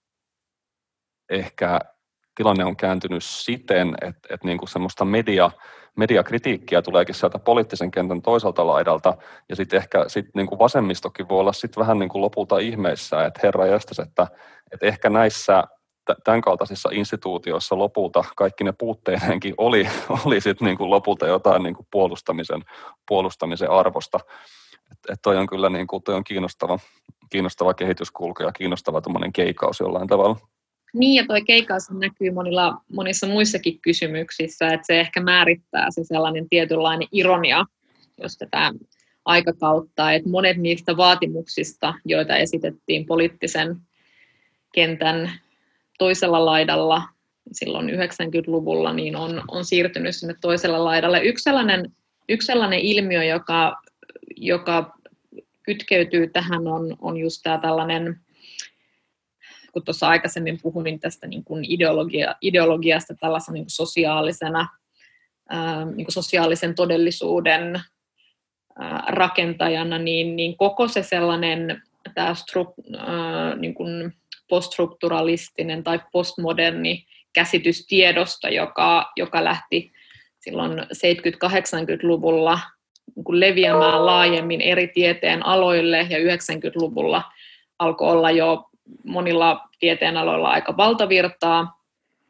ehkä tilanne on kääntynyt siten, että niin kuin semmoista mediakritiikkiä tuleekin sieltä poliittisen kentän toiselta laidalta, ja sitten ehkä niin kuin vasemmistokin voi olla sitten vähän niin kuin lopulta ihmeissä, että herra jästäs, että ehkä näissä tämän kaltaisissa instituutioissa lopulta kaikki ne puutteinenkin oli sitten niin kuin lopulta jotain niin kuin puolustamisen arvosta. Toi on kyllä niin kuin, toi on kiinnostava kehityskulku ja kiinnostava tuommoinen keikaus jollain tavalla. Niin, ja toi keikaus näkyy monissa muissakin kysymyksissä, että se ehkä määrittää se sellainen tietynlainen ironia, jos tätä aikakautta, että monet niistä vaatimuksista, joita esitettiin poliittisen kentän toisella laidalla silloin 90-luvulla, niin on siirtynyt sinne toiselle laidalle. Yksi sellainen ilmiö, joka kytkeytyy tähän, on just tämä tällainen, kun tuossa aikaisemmin puhuin tästä niin kuin ideologiasta tällaisena niin kuin sosiaalisena, niin kuin sosiaalisen todellisuuden rakentajana, niin koko se sellainen tämä niin kuin poststrukturalistinen tai postmoderni käsitys tiedosta, joka lähti silloin 70-80-luvulla niin kuin leviämään laajemmin eri tieteen aloille, ja 90-luvulla alkoi olla jo monilla tieteenaloilla aika valtavirtaa,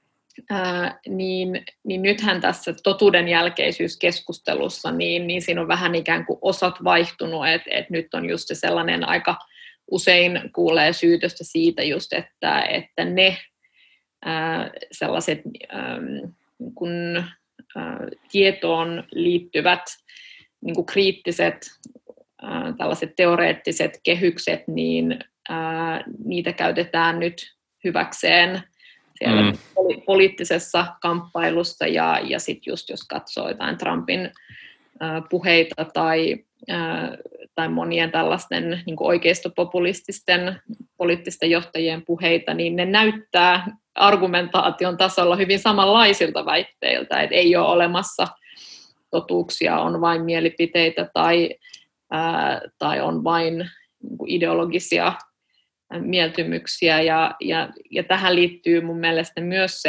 niin nythän tässä totuudenjälkeisyyskeskustelussa, niin siinä on vähän ikään kuin osat vaihtunut, että nyt on just se sellainen aika usein kuulee syytöstä siitä just, että ne sellaiset kun, tietoon liittyvät niin kuin kriittiset tällaiset teoreettiset kehykset, niin niitä käytetään nyt hyväkseen siellä poliittisessa kamppailussa, ja sitten just jos katsoo jotain Trumpin puheita tai monien tällaisten niin kuin oikeistopopulististen poliittisten johtajien puheita, niin ne näyttää argumentaation tasolla hyvin samanlaisilta väitteiltä, että ei ole olemassa totuuksia, on vain mielipiteitä tai on vain niin kuin ideologisia mieltymyksiä, ja tähän liittyy mun mielestä myös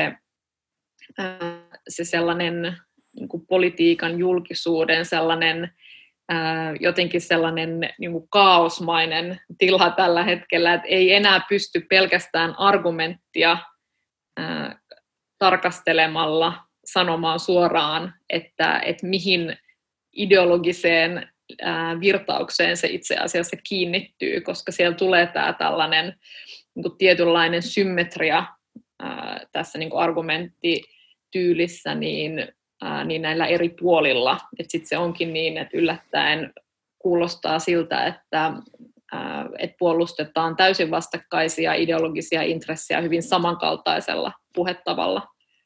se sellainen niin kuin politiikan julkisuuden sellainen jotenkin sellainen niin kuin kaosmainen tila tällä hetkellä, että ei enää pysty pelkästään argumenttia tarkastelemalla sanomaan suoraan, että mihin ideologiseen virtaukseen se itse asiassa kiinnittyy, koska siellä tulee tämä tällainen niin kuin tietynlainen symmetria tässä niin kuin argumenttityylissä, niin näillä eri puolilla. Sitten se onkin niin, että yllättäen kuulostaa siltä, että puolustetaan täysin vastakkaisia ideologisia intressejä hyvin samankaltaisella puhetavalla.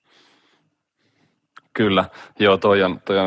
Kyllä, joo, toi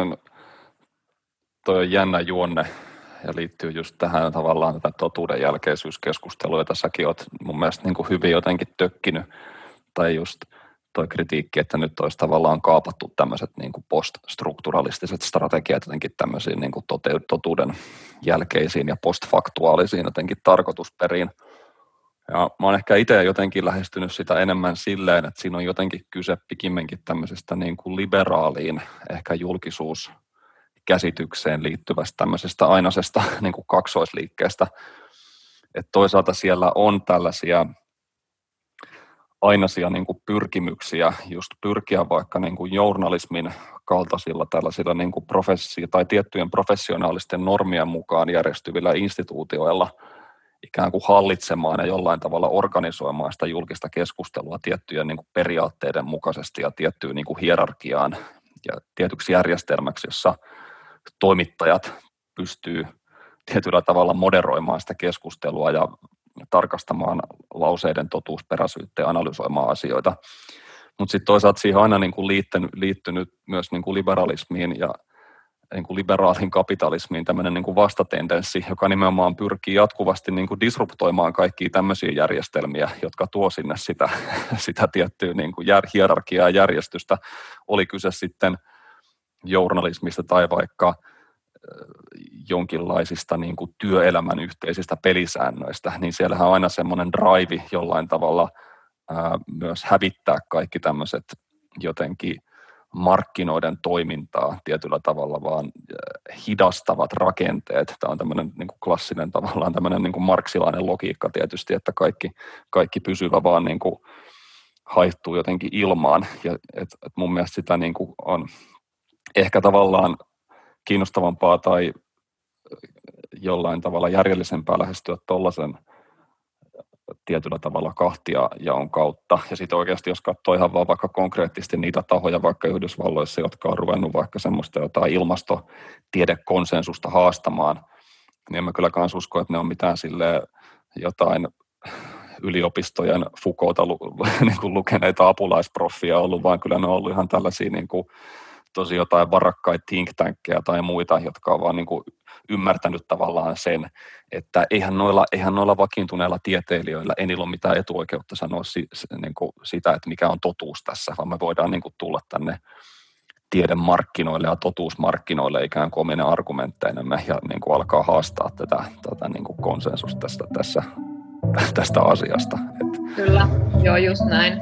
on jännä juonne ja liittyy just tähän tavallaan tätä totuudenjälkeisyyskeskustelua, jota säkin oot mun mielestä niin kuin hyvin jotenkin tökkinyt, tai just toi kritiikki, että nyt olisi tavallaan kaapattu tämmöiset niin kuin poststrukturalistiset strategiat jotenkin tämmöisiin niin kuin totuuden jälkeisiin ja postfaktuaalisiin jotenkin tarkoitusperiin. Ja mä oon ehkä itse jotenkin lähestynyt sitä enemmän silleen, että siinä on jotenkin kyse pikimminkin tämmöisestä niin kuin liberaaliin ehkä julkisuuskäsitykseen liittyvästä tämmöisestä ainaisesta niin kuin kaksoisliikkeestä. Että toisaalta siellä on tällaisia ainaisia niin kuin pyrkimyksiä just pyrkiä vaikka niin kuin journalismin kaltaisilla tällaisilla niin kuin tai tiettyjen professionaalisten normien mukaan järjestyvillä instituutioilla ikään kuin hallitsemaan ja jollain tavalla organisoimaan sitä julkista keskustelua tiettyjen niin kuin periaatteiden mukaisesti ja tiettyyn niin kuin hierarkiaan ja tietyksi järjestelmäksi, jossa toimittajat pystyy tietyllä tavalla moderoimaan sitä keskustelua ja tarkastamaan lauseiden totuusperäisyyttä ja analysoimaan asioita. Mutta sitten toisaalta siihen on aina niin kuin liittynyt myös niin kuin liberalismiin ja niin kuin liberaaliin kapitalismiin tämmöinen niin kuin vastatendenssi, joka nimenomaan pyrkii jatkuvasti niin kuin disruptoimaan kaikkia tämmöisiä järjestelmiä, jotka tuo sinne sitä tiettyä niin kuin hierarkiaa ja järjestystä. Oli kyse sitten journalismista tai vaikka jonkinlaisista niin kuin työelämän yhteisistä pelisäännöistä, niin siellähän on aina semmoinen drive jollain tavalla myös hävittää kaikki tämmöiset jotenkin markkinoiden toimintaa tietyllä tavalla vaan hidastavat rakenteet. Tämä on tämmöinen niin kuin klassinen tavallaan tämmöinen niin kuin marksilainen logiikka tietysti, että kaikki pysyvä vaan niin kuin haihtuu jotenkin ilmaan. Ja et mun mielestä sitä niin kuin on ehkä tavallaan kiinnostavampaa tai jollain tavalla järjellisempää lähestyä tuollaisen tietyllä tavalla kahtiajaon kautta. Ja sitten oikeasti, jos katsoo ihan vaan vaikka konkreettisesti niitä tahoja vaikka Yhdysvalloissa, jotka on ruvennut vaikka semmoista jotain ilmastotiedekonsensusta haastamaan, niin en mä kyllä kans usko, että ne on mitään silleen jotain yliopistojen Foucaulta niin kuin lukeneita apulaisproffia ollut, vaan kyllä ne on ollut ihan tällaisia niin kuin tosi jotain varakkaita think tankkeja tai muita, jotka on vaan niin kuin ymmärtänyt tavallaan sen, että eihän noilla vakiintuneilla tieteilijöillä ei niillä ole mitään etuoikeutta sanoa niin kuin sitä, että mikä on totuus tässä, vaan me voidaan niin kuin tulla tänne tiedemarkkinoille ja totuusmarkkinoille ikään kuin omine argumentteinemme ja niin kuin alkaa haastaa tätä niin kuin konsensusta tästä asiasta. Kyllä, joo just näin.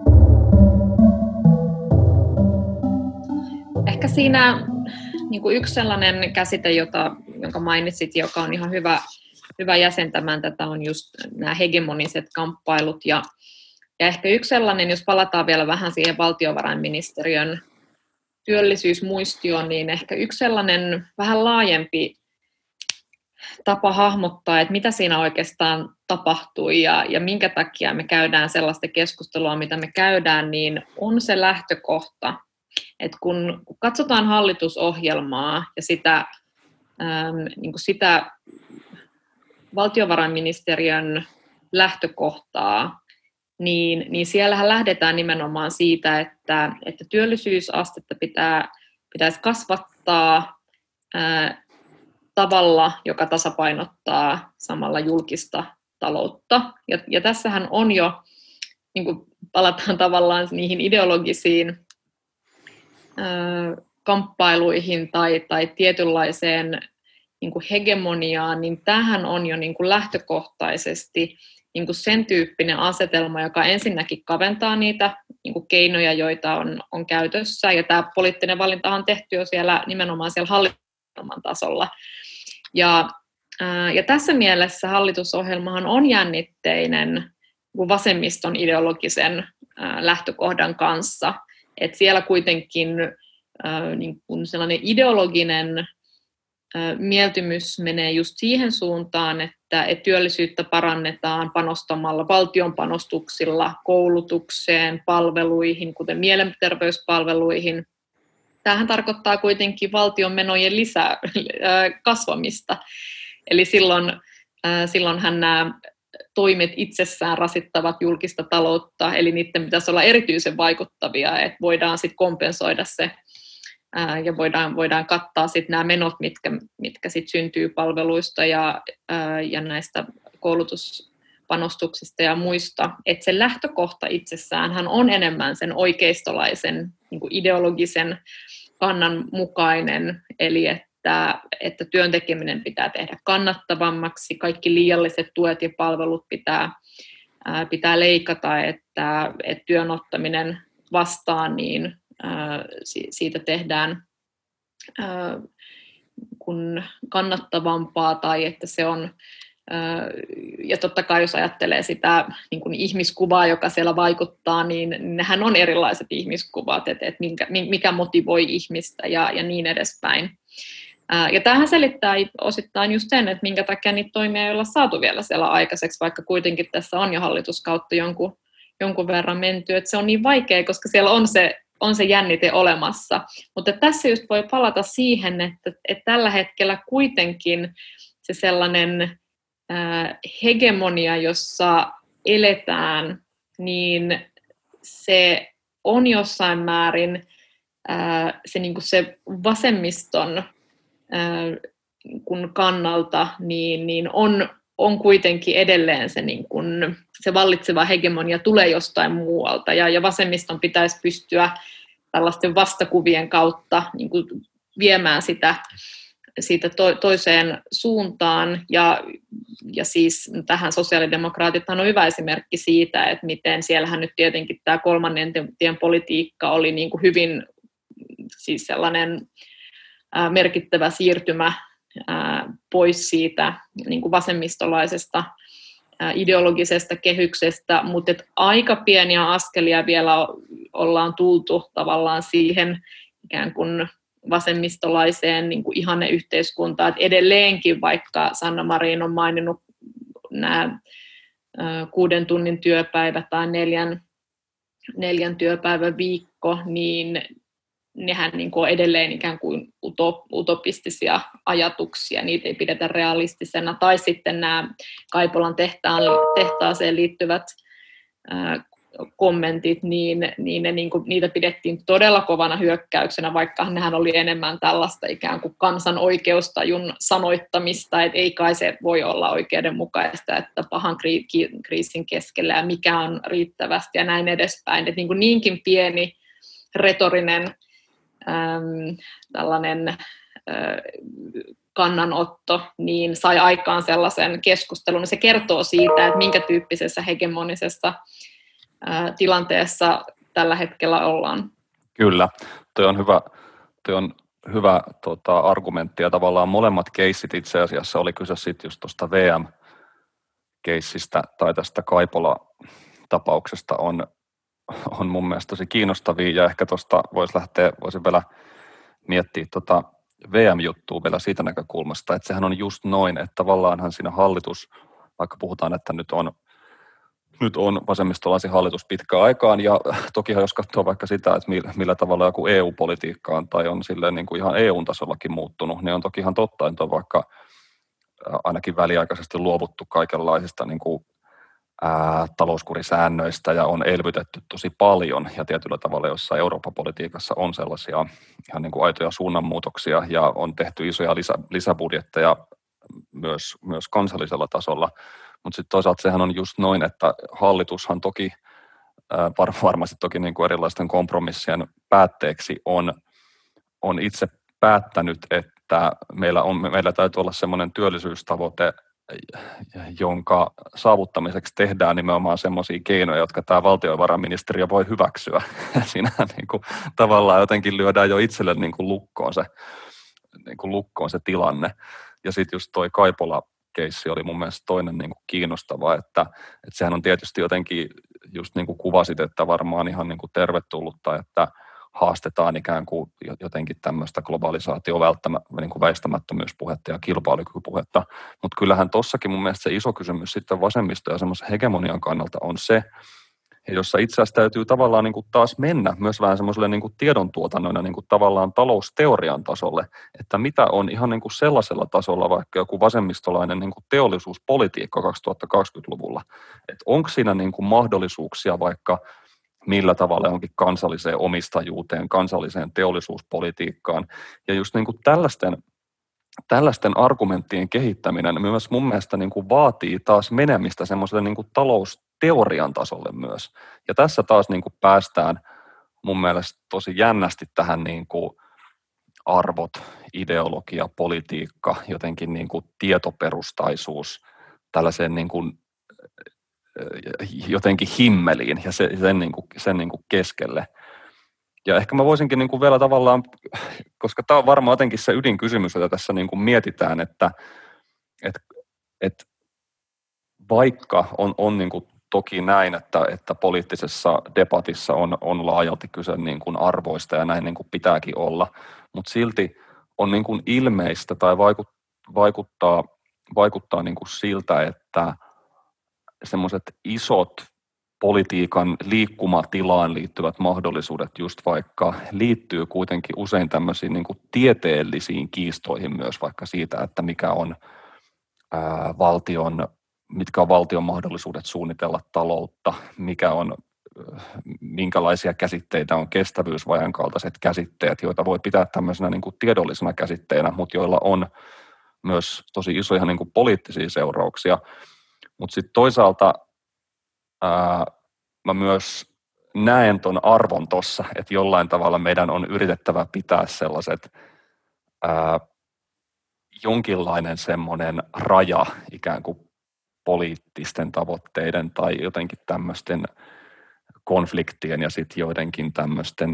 Ehkä siinä niin kuin yksi sellainen käsite, jonka mainitsit, joka on ihan hyvä jäsentämään tätä, on just nämä hegemoniset kamppailut. Ja ehkä yksi sellainen, jos palataan vielä vähän siihen valtiovarainministeriön työllisyysmuistioon, niin ehkä yksi sellainen vähän laajempi tapa hahmottaa, että mitä siinä oikeastaan tapahtui ja minkä takia me käydään sellaista keskustelua, mitä me käydään, niin on se lähtökohta, että kun katsotaan hallitusohjelmaa ja sitä valtiovarainministeriön lähtökohtaa, niin siellähän lähdetään nimenomaan siitä, että työllisyysastetta pitäisi kasvattaa tavalla, joka tasapainottaa samalla julkista taloutta. Ja tässähän on jo, niin kuin palataan tavallaan niihin ideologisiin kamppailuihin tai tietynlaiseen niin kuin hegemoniaan, niin tämähän on jo niin kuin lähtökohtaisesti niin kuin sen tyyppinen asetelma, joka ensinnäkin kaventaa niitä niin kuin keinoja, joita on käytössä, ja tämä poliittinen valinta on tehty jo nimenomaan siellä hallitusohjelman tasolla. Ja tässä mielessä hallitusohjelmahan on jännitteinen vasemmiston ideologisen lähtökohdan kanssa, että siellä kuitenkin niin kuin sellainen ideologinen mieltymys menee just siihen suuntaan, että työllisyyttä parannetaan panostamalla valtion panostuksilla koulutukseen, palveluihin, kuten mielenterveyspalveluihin. Tämähän tarkoittaa kuitenkin valtion menojen kasvamista. Eli silloinhan nämä toimet itsessään rasittavat julkista taloutta, eli niiden pitäisi olla erityisen vaikuttavia, että voidaan sitten kompensoida se ja voidaan kattaa sitten nämä menot, mitkä sitten syntyy palveluista ja näistä koulutuspanostuksista ja muista. Että se lähtökohta itsessään hän on enemmän sen oikeistolaisen niin kuin ideologisen kannan mukainen, eli että työn tekeminen pitää tehdä kannattavammaksi, kaikki liialliset tuet ja palvelut pitää leikata, että työn ottaminen vastaan, niin siitä tehdään kun kannattavampaa tai että se on, ja totta kai jos ajattelee sitä niin kuin ihmiskuvaa, joka siellä vaikuttaa, niin nehän on erilaiset ihmiskuvat, että mikä motivoi ihmistä ja niin edespäin. Ja tämähän selittää osittain just sen, että minkä takia niitä toimia ei olla saatu vielä siellä aikaiseksi, vaikka kuitenkin tässä on jo hallituskautta jonkun verran menty, että se on niin vaikea, koska siellä on se jännite olemassa. Mutta tässä just voi palata siihen, että tällä hetkellä kuitenkin se sellainen hegemonia, jossa eletään, niin se on jossain määrin se vasemmiston kun kannalta, niin on kuitenkin edelleen se vallitseva hegemonia tulee jostain muualta, ja vasemmiston pitäisi pystyä tällaisten vastakuvien kautta niin kuin viemään siitä toiseen suuntaan, ja siis tähän sosiaalidemokraatithan on hyvä esimerkki siitä, että miten siellähän nyt tietenkin tämä kolmannen tien politiikka oli niin kuin hyvin siis sellainen merkittävä siirtymä pois siitä niin kuin vasemmistolaisesta ideologisesta kehyksestä, mutta aika pieniä askelia vielä ollaan tultu tavallaan siihen ikään kuin vasemmistolaiseen niin kuin ihanneyhteiskuntaan, että edelleenkin vaikka Sanna Marin on maininnut nämä 6 tunnin työpäivä tai 4 työpäivän viikko, niin nehän niin kuin on edelleen ikään kuin utopistisia ajatuksia, niitä ei pidetä realistisena. Tai sitten nämä Kaipolan tehtaaseen liittyvät kommentit, niin niitä pidettiin todella kovana hyökkäyksenä, vaikka nehän oli enemmän tällaista ikään kuin kansan oikeustajun sanoittamista, että ei kai se voi olla oikeudenmukaista, että pahan kriisin keskellä ja mikä on riittävästi ja näin edespäin. Että niinkin pieni retorinen tällainen kannanotto, niin sai aikaan sellaisen keskustelun. Se kertoo siitä, että minkä tyyppisessä hegemonisessa tilanteessa tällä hetkellä ollaan. Kyllä, toi on hyvä argumentti, ja tavallaan molemmat keissit itse asiassa, oli kyse sitten just tuosta VM-keissistä tai tästä Kaipola-tapauksesta, on mun mielestä tosi kiinnostavia, ja ehkä tuosta voisin vielä miettiä VM-juttua vielä siitä näkökulmasta, että sehän on just noin, että tavallaanhan siinä hallitus, vaikka puhutaan, että nyt on vasemmistolaisen hallitus pitkään aikaan, ja tokihan jos katsoo vaikka sitä, että millä tavalla joku EU-politiikka on, tai on silleen niin kuin ihan EU-tasollakin muuttunut, niin on toki ihan totta, että on vaikka ainakin väliaikaisesti luovuttu kaikenlaisista niin kuin talouskurisäännöistä ja on elvytetty tosi paljon, ja tietyllä tavalla jossain Euroopan politiikassa on sellaisia ihan niin kuin aitoja suunnanmuutoksia, ja on tehty isoja lisäbudjetteja myös kansallisella tasolla. Mutta sitten toisaalta sehän on just noin, että hallitushan toki varmasti toki niin kuin erilaisten kompromissien päätteeksi on itse päättänyt, että meillä täytyy olla semmoinen työllisyystavoite, jonka saavuttamiseksi tehdään nimenomaan semmoisia keinoja, jotka tämä valtiovarainministeriö voi hyväksyä. Siinä niin kuin tavallaan jotenkin lyödään jo itselle niin kuin lukkoon se tilanne. Ja sitten just toi Kaipola-keissi oli mun mielestä toinen niin kuin kiinnostava, että sehän on tietysti jotenkin, just niin kuin kuvasit, että varmaan ihan niin kuin tervetullutta, että haastetaan ikään kuin jotenkin tämmöistä niin kuin väistämättömyyspuhetta ja kilpailukykypuhetta, mutta kyllähän tossakin mun mielestä se iso kysymys sitten vasemmisto ja semmoisen hegemonian kannalta on se, jossa itse asiassa täytyy tavallaan niin kuin taas mennä myös vähän semmoiselle niin kuin tiedontuotannon ja niin kuin tavallaan talousteorian tasolle, että mitä on ihan niin kuin sellaisella tasolla vaikka joku vasemmistolainen niin kuin teollisuuspolitiikka 2020-luvulla, että onko siinä niin kuin mahdollisuuksia vaikka millä tavalla johonkin kansalliseen omistajuuteen, kansalliseen teollisuuspolitiikkaan, ja just niin kuin tällaisten argumenttien kehittäminen myös mun mielestä niin kuin vaatii taas menemistä semmoiselle niin kuin talousteorian tasolle myös. Ja tässä taas niin kuin päästään mun mielestä tosi jännästi tähän niin kuin arvot, ideologia, politiikka, jotenkin niin kuin tietoperustaisuus, tällaiseen niin kuin jotenkin himmeliin ja sen niin kuin keskelle. Ja ehkä mä voisinkin niin kuin vielä tavallaan, koska tämä on varmaan jotenkin se ydinkysymys, jota tässä niin kuin mietitään, että vaikka on niin kuin toki näin, että poliittisessa debatissa on laajalti kyse niin kuin arvoista ja näin niin kuin pitääkin olla, mutta silti on niin kuin ilmeistä tai vaikuttaa niin kuin siltä, että semmoiset isot politiikan liikkumatilaan liittyvät mahdollisuudet just vaikka liittyy kuitenkin usein tämmöisiin niin kuin tieteellisiin kiistoihin myös vaikka siitä, että mitkä on valtion mahdollisuudet suunnitella taloutta, minkälaisia käsitteitä on kestävyysvajan kaltaiset käsitteet, joita voi pitää tämmöisenä niin kuin tiedollisena käsitteenä, mutta joilla on myös tosi isoja niin kuin poliittisia seurauksia. Mutta sitten toisaalta mä myös näen ton arvon tossa, että jollain tavalla meidän on yritettävä pitää sellaiset jonkinlainen semmoinen raja ikään kuin poliittisten tavoitteiden tai jotenkin tämmöisten konfliktien ja sitten joidenkin tämmöisten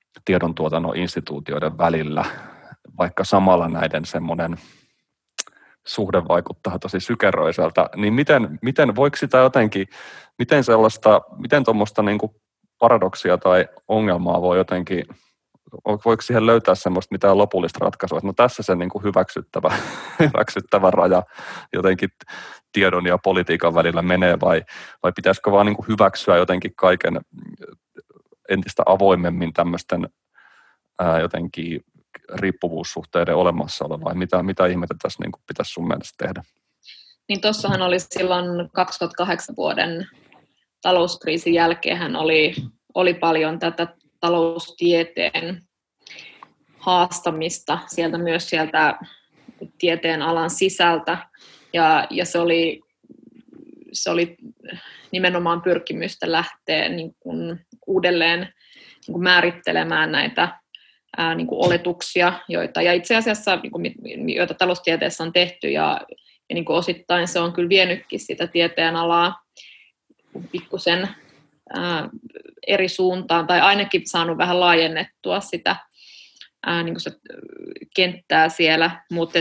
tiedontuotannon instituutioiden välillä, vaikka samalla näiden semmoinen suhde vaikuttaa tosi sykeröiseltä, niin miten voiko sitä jotenkin, miten tuommoista niin kuin paradoksia tai ongelmaa voi jotenkin, voiko siihen löytää semmoista mitään lopullista ratkaisua, että no tässä se niin kuin hyväksyttävä raja jotenkin tiedon ja politiikan välillä menee, vai pitäisikö vaan niin kuin hyväksyä jotenkin kaiken entistä avoimemmin tämmöisten jotenkin riippuvuussuhteiden olemassaolo, vai mitä ihmettä tässä niin kuin pitäisi sun mielestä tehdä? Niin tuossahan oli silloin 2008 vuoden talouskriisin jälkeen oli paljon tätä taloustieteen haastamista myös sieltä tieteen alan sisältä, ja se oli nimenomaan pyrkimystä lähteä niin kuin uudelleen niin kuin määrittelemään näitä niin kuin oletuksia, ja itse asiassa niin kuin, joita taloustieteessä on tehty, ja niin kuin osittain se on kyllä vienytkin sitä tieteen alaa pikkusen eri suuntaan, tai ainakin saanut vähän laajennettua sitä niin kuin se kenttää siellä, mutta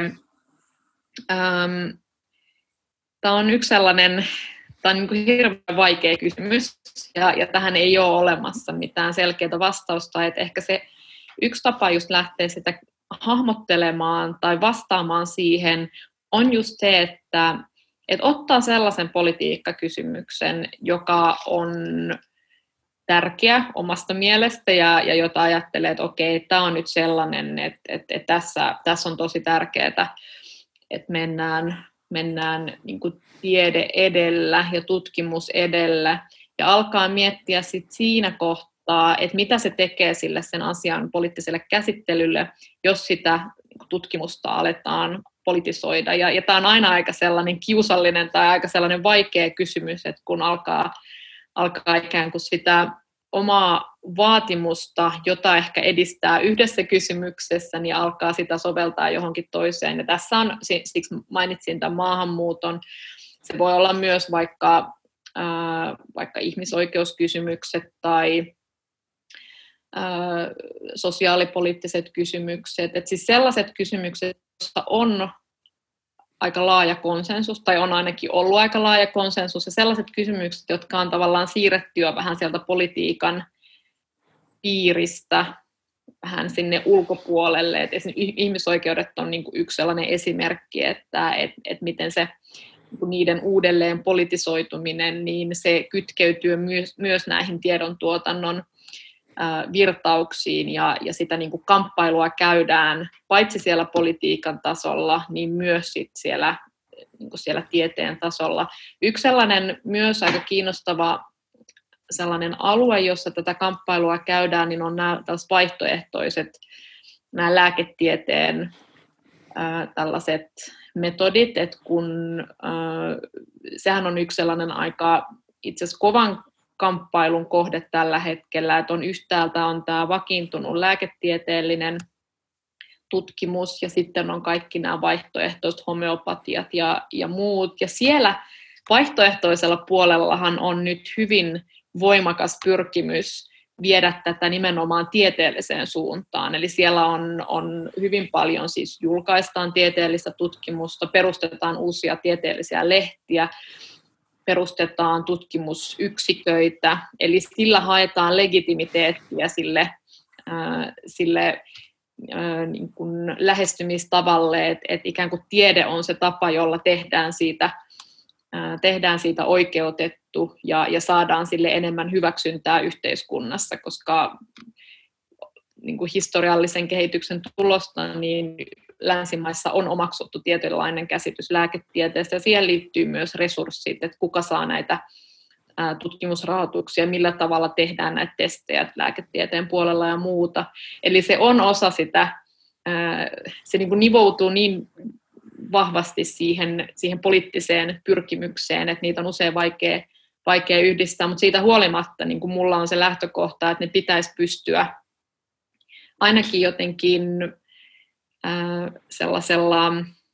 tämä on yksi sellainen, tämä on niin kuin hirveän vaikea kysymys, ja tähän ei ole olemassa mitään selkeää vastausta, että ehkä se yksi tapa just lähteä sitä hahmottelemaan tai vastaamaan siihen on just se, että ottaa sellaisen politiikkakysymyksen, joka on tärkeä omasta mielestä ja jota ajattelee, että okei, tämä on nyt sellainen, että tässä on tosi tärkeää, että mennään niin kuin tiede edellä ja tutkimus edellä ja alkaa miettiä sit siinä kohtaa, että mitä se tekee sille sen asian poliittiselle käsittelylle, jos sitä tutkimusta aletaan politisoida. Ja tämä on aina aika sellainen kiusallinen tai aika sellainen vaikea kysymys, että kun alkaa ikään kuin sitä omaa vaatimusta, jota ehkä edistää yhdessä kysymyksessä, niin alkaa sitä soveltaa johonkin toiseen. Ja tässä on, siksi mainitsin tämän maahanmuuton, se voi olla myös vaikka ihmisoikeuskysymykset tai sosiaalipoliittiset kysymykset, että siis sellaiset kysymykset, joissa on aika laaja konsensus, tai on ainakin ollut aika laaja konsensus, ja sellaiset kysymykset, jotka on tavallaan siirretty jo vähän sieltä politiikan piiristä vähän sinne ulkopuolelle. Et esimerkiksi ihmisoikeudet on niin kuin yksi sellainen esimerkki, että miten se niiden uudelleen politisoituminen, niin se kytkeytyy myös näihin tiedontuotannon virtauksiin, ja sitä niin kuin kamppailua käydään paitsi siellä politiikan tasolla, niin myös sit siellä, niin kuin siellä tieteen tasolla. Yksi sellainen myös aika kiinnostava sellainen alue, jossa tätä kamppailua käydään, niin on nämä vaihtoehtoiset, nämä lääketieteen tällaiset metodit, että kun sehän on yksi sellainen aika itse asiassa kovan kamppailun kohde tällä hetkellä, että yhtäältä on tämä vakiintunut lääketieteellinen tutkimus, ja sitten on kaikki nämä vaihtoehtoiset homeopatiat ja muut, ja siellä vaihtoehtoisella puolellahan on nyt hyvin voimakas pyrkimys viedä tätä nimenomaan tieteelliseen suuntaan, eli siellä on hyvin paljon, siis julkaistaan tieteellistä tutkimusta, perustetaan uusia tieteellisiä lehtiä, perustetaan tutkimusyksiköitä, eli sillä haetaan legitimiteettiä sille niin kuin lähestymistavalle, että ikään kuin tiede on se tapa, jolla tehdään siitä oikeutettu ja saadaan sille enemmän hyväksyntää yhteiskunnassa, koska niin kuin historiallisen kehityksen tulosta, niin länsimaissa on omaksuttu tietynlainen käsitys lääketieteestä, ja siihen liittyy myös resurssit, että kuka saa näitä tutkimusrahoituksia, millä tavalla tehdään näitä testejä lääketieteen puolella ja muuta. Eli se on osa sitä, se niin kuin nivoutuu niin vahvasti siihen poliittiseen pyrkimykseen, että niitä on usein vaikea yhdistää, mutta siitä huolimatta niin kuin mulla on se lähtökohta, että ne pitäisi pystyä ainakin jotenkin sellaisella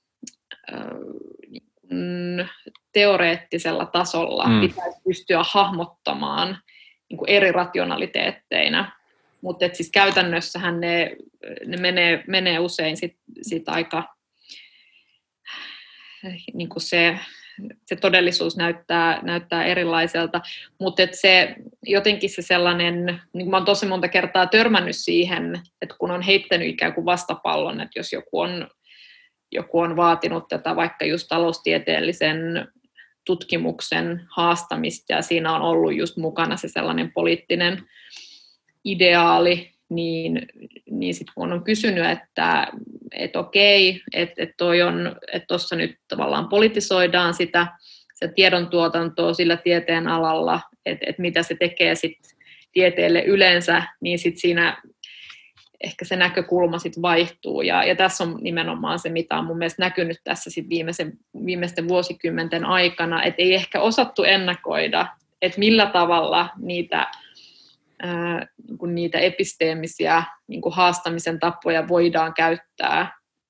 teoreettisella tasolla pitäisi pystyä hahmottamaan niin kuin eri rationaliteetteina, mutta siis käytännössähän ne menee usein sit aika niin kuin se todellisuus näyttää erilaiselta, mutta se jotenkin se sellainen, niin kuin mä oon tosi monta kertaa törmännyt siihen, että kun on heittänyt ikään kuin vastapallon, että jos joku on vaatinut tätä vaikka just taloustieteellisen tutkimuksen haastamista ja siinä on ollut just mukana se sellainen poliittinen ideaali, niin sitten kun on kysynyt, että okei, että tuossa nyt tavallaan politisoidaan sitä tiedontuotantoa sillä tieteen alalla, että mitä se tekee sitten tieteelle yleensä, niin sitten siinä ehkä se näkökulma sitten vaihtuu. Ja tässä on nimenomaan se, mitä on mun mielestä näkynyt tässä sit viimeisten vuosikymmenten aikana, että ei ehkä osattu ennakoida, että millä tavalla niitä episteemisiä haastamisen tapoja voidaan käyttää